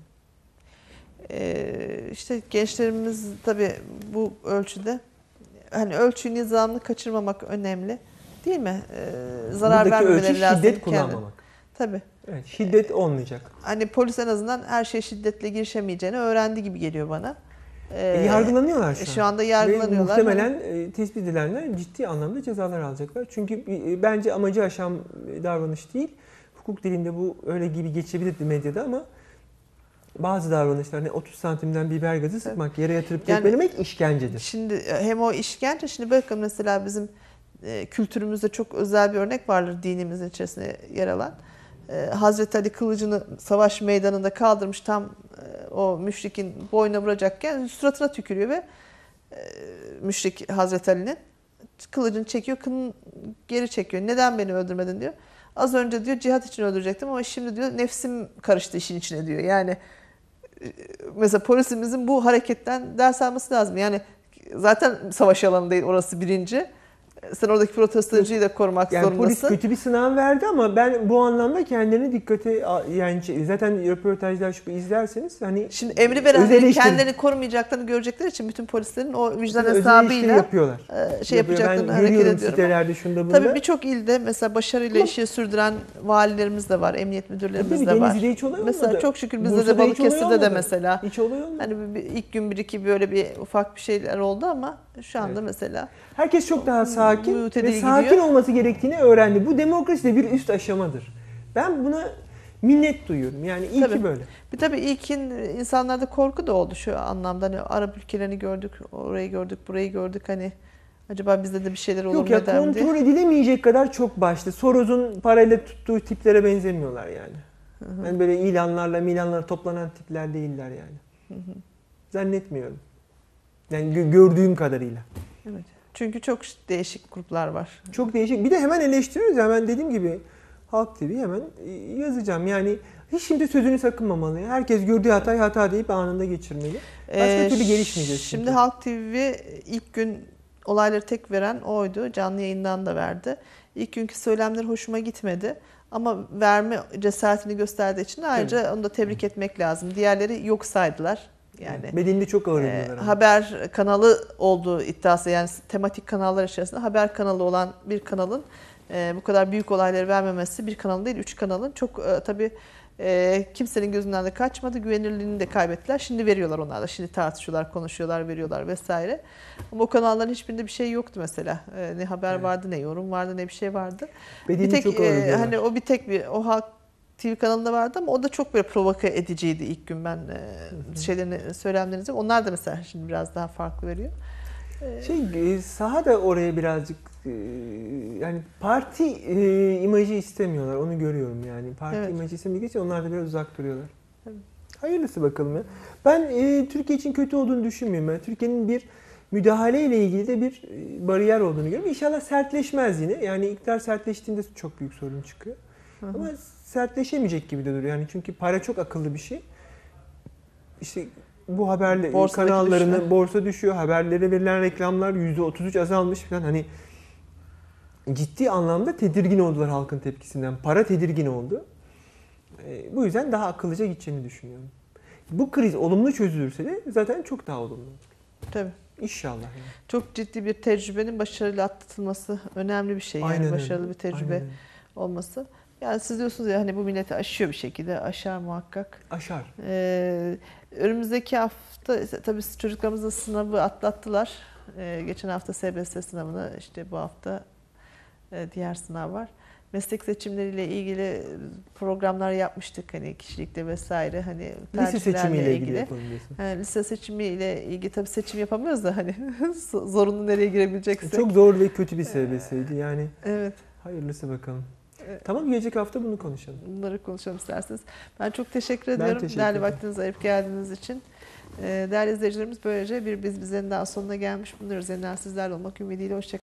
Speaker 3: Ee, işte gençlerimiz tabii bu ölçüde hani ölçü nizamını kaçırmamak önemli değil mi? Ee, zarar
Speaker 4: Buradaki
Speaker 3: vermemeleri
Speaker 4: ölçü
Speaker 3: lazım.
Speaker 4: şiddet
Speaker 3: kendine.
Speaker 4: kullanmamak.
Speaker 3: Tabii.
Speaker 4: Evet, şiddet olmayacak.
Speaker 3: Hani polis en azından her şeye şiddetle girişemeyeceğini öğrendi gibi geliyor bana. Ee,
Speaker 4: E, yargılanıyorlar şu an.
Speaker 3: Şu anda
Speaker 4: Ve
Speaker 3: yargılanıyorlar.
Speaker 4: muhtemelen e, tespit edilenler ciddi anlamda cezalar alacaklar. Çünkü e, bence amacı aşan davranış değil. Hukuk dilinde bu öyle gibi geçebilirdi medyada ama bazı davranışlar hani otuz santimden biber gazı sıkmak, yere yatırıp
Speaker 3: Yani-
Speaker 4: tekmelemek işkencedir.
Speaker 3: Şimdi hem o işkence, şimdi bakın mesela bizim e, kültürümüzde çok özel bir örnek vardır dinimizin içerisinde yer alan. E, Hazreti Ali kılıcını savaş meydanında kaldırmış, tam e, o müşrikin boynuna vuracakken suratına tükürüyor ve e, müşrik Hazreti Ali'nin kılıcını çekiyor, kılını geri çekiyor. Neden beni öldürmedin diyor. Az önce diyor cihat için öldürecektim ama şimdi diyor nefsim karıştı işin içine diyor. Yani mesela polisimizin bu hareketten ders alması lazım. Yani zaten savaş alanı değil orası birinci. Sen oradaki protestocuyu da korumak
Speaker 4: yani
Speaker 3: zorundasın.
Speaker 4: Polis kötü bir sınav verdi ama ben bu anlamda kendilerini dikkate yani zaten röportajlar şu izlerseniz hani
Speaker 3: şimdi emri verenlerin
Speaker 4: eleştiri,
Speaker 3: kendilerini korumayacaklarını görecekleri için bütün polislerin o vicdan
Speaker 4: özel
Speaker 3: hesabıyla
Speaker 4: yapıyorlar.
Speaker 3: şey yapacaklarını
Speaker 4: ben
Speaker 3: hareket ediyorum.
Speaker 4: Sitelerde şunda bunda.
Speaker 3: Tabii birçok ilde mesela başarıyla
Speaker 4: ama,
Speaker 3: işi sürdüren valilerimiz de var, emniyet müdürlerimiz
Speaker 4: tabii,
Speaker 3: de var.
Speaker 4: Denizli'de hiç olay olmadı.
Speaker 3: Mesela çok şükür bizde
Speaker 4: Bursa'da
Speaker 3: de Balıkesir'de de mesela.
Speaker 4: Hiç olay olmadı.
Speaker 3: Hani bir, ilk gün bir iki böyle bir ufak bir şeyler oldu ama şu anda evet. mesela
Speaker 4: herkes çok daha sakin ve sakin
Speaker 3: gidiyor.
Speaker 4: olması gerektiğini öğrendi. Bu demokrasi de bir üst aşamadır. Ben buna minnet duyuyorum. Yani iyi
Speaker 3: tabii.
Speaker 4: ki böyle.
Speaker 3: Bir tabii ilkin insanlarda korku da oldu şu anlamda. Hani Arap ülkelerini gördük, orayı gördük, burayı gördük. Hani acaba bizde de bir şeyler olur mu
Speaker 4: Yok ya kontrol edilemeyecek kadar çok başlı. Soros'un parayla tuttuğu tiplere benzemiyorlar yani. Hı hı. Yani böyle ilanlarla milanlarla toplanan tipler değiller yani. Hı hı. Zannetmiyorum. Yani gördüğüm kadarıyla.
Speaker 3: Evet. Çünkü çok değişik gruplar var.
Speaker 4: Çok değişik. Bir de hemen eleştiriyoruz ya. Ben dediğim gibi Halk T V hemen yazacağım. Yani hiç şimdi sözünü sakınmamalı. Herkes gördüğü hatayı hata deyip anında geçirmeli. Başka ee, türlü gelişmeyeceğiz.
Speaker 3: Şimdi çünkü. Halk T V ilk gün olayları tek veren oydu. Canlı yayından da verdi. İlk günkü söylemler hoşuma gitmedi. Ama verme cesaretini gösterdiği için ayrıca evet. onu da tebrik etmek lazım. Diğerleri yok saydılar. Yani
Speaker 4: bedeninde çok ağır e,
Speaker 3: haber kanalı olduğu iddiası, yani tematik kanallar içerisinde haber kanalı olan bir kanalın e, bu kadar büyük olayları vermemesi, bir kanal değil üç kanalın çok e, tabii e, kimsenin gözünden de kaçmadı, güvenilirliğini de kaybettiler. Şimdi veriyorlar onlar da, şimdi tartışıyorlar, konuşuyorlar, veriyorlar vesaire. Ama o kanalların hiçbirinde bir şey yoktu mesela. E, ne haber evet. vardı, ne yorum vardı, ne bir şey vardı.
Speaker 4: Bedeninde
Speaker 3: bir tek
Speaker 4: çok ağır
Speaker 3: e, hani o bir tek bir o Halk T V kanalında vardı ama o da çok böyle provoke ediciydi ilk gün ben e, şeylerini söylemlerinizi. Onlar da mesela şimdi biraz daha farklı veriyor. E,
Speaker 4: şey saha da oraya birazcık e, yani parti e, imajı istemiyorlar. Onu görüyorum yani. Parti evet. imajı istemediği için onlar da biraz uzak duruyorlar. Evet. Hayırlısı bakalım ya. Ben e, Türkiye için kötü olduğunu düşünmüyorum. Yani Türkiye'nin bir müdahale ile ilgili de bir bariyer olduğunu görüyorum. İnşallah sertleşmez yine. Yani iktidar sertleştiğinde çok büyük sorun çıkıyor. Hı hı. Ama sertleşemeyecek gibi de duruyor. Yani çünkü para çok akıllı bir şey. İşte bu haberle Borsadaki kanallarına düşüyor. Borsa düşüyor. Haberlere verilen reklamlar yüzde otuz üç azalmış falan. Hani ciddi anlamda tedirgin oldular halkın tepkisinden. Para tedirgin oldu. E, bu yüzden daha akıllıca gideceğini düşünüyorum. Bu kriz olumlu çözülürse de zaten çok daha olumlu olacak.
Speaker 3: Tabii.
Speaker 4: İnşallah. Yani.
Speaker 3: Çok ciddi bir tecrübenin başarıyla atlatılması önemli bir şey. Yani Aynen başarılı öyle. bir tecrübe Aynen. olması. Yani siz diyorsunuz ya hani bu milleti aşıyor bir şekilde. Aşar muhakkak.
Speaker 4: Aşar.
Speaker 3: Ee, önümüzdeki hafta tabii çocuklarımız da sınavı atlattılar. Ee, geçen hafta S B S sınavını, işte bu hafta e, diğer sınav var. Meslek seçimleriyle ilgili programlar yapmıştık, hani kişilikle vesaire, hani
Speaker 4: lise seçimiyle ilgili, ilgili.
Speaker 3: Yani lise seçimiyle ilgili tabii seçim yapamıyoruz da hani zorunlu nereye girebileceksek.
Speaker 4: Çok zor ve kötü bir S B S'ydi yani.
Speaker 3: Evet.
Speaker 4: Hayırlısı bakalım. Tamam, gelecek hafta bunu konuşalım.
Speaker 3: Bunları konuşalım isterseniz. Ben çok teşekkür ediyorum.
Speaker 4: Ben teşekkür
Speaker 3: Değerli
Speaker 4: ederim.
Speaker 3: vaktinizi ayırıp geldiğiniz için. Değerli izleyicilerimiz, böylece bir Biz Bize'nin daha sonuna gelmiş bulunuyoruz. Yeniden sizlerle olmak ümidiyle. Hoşçakalın.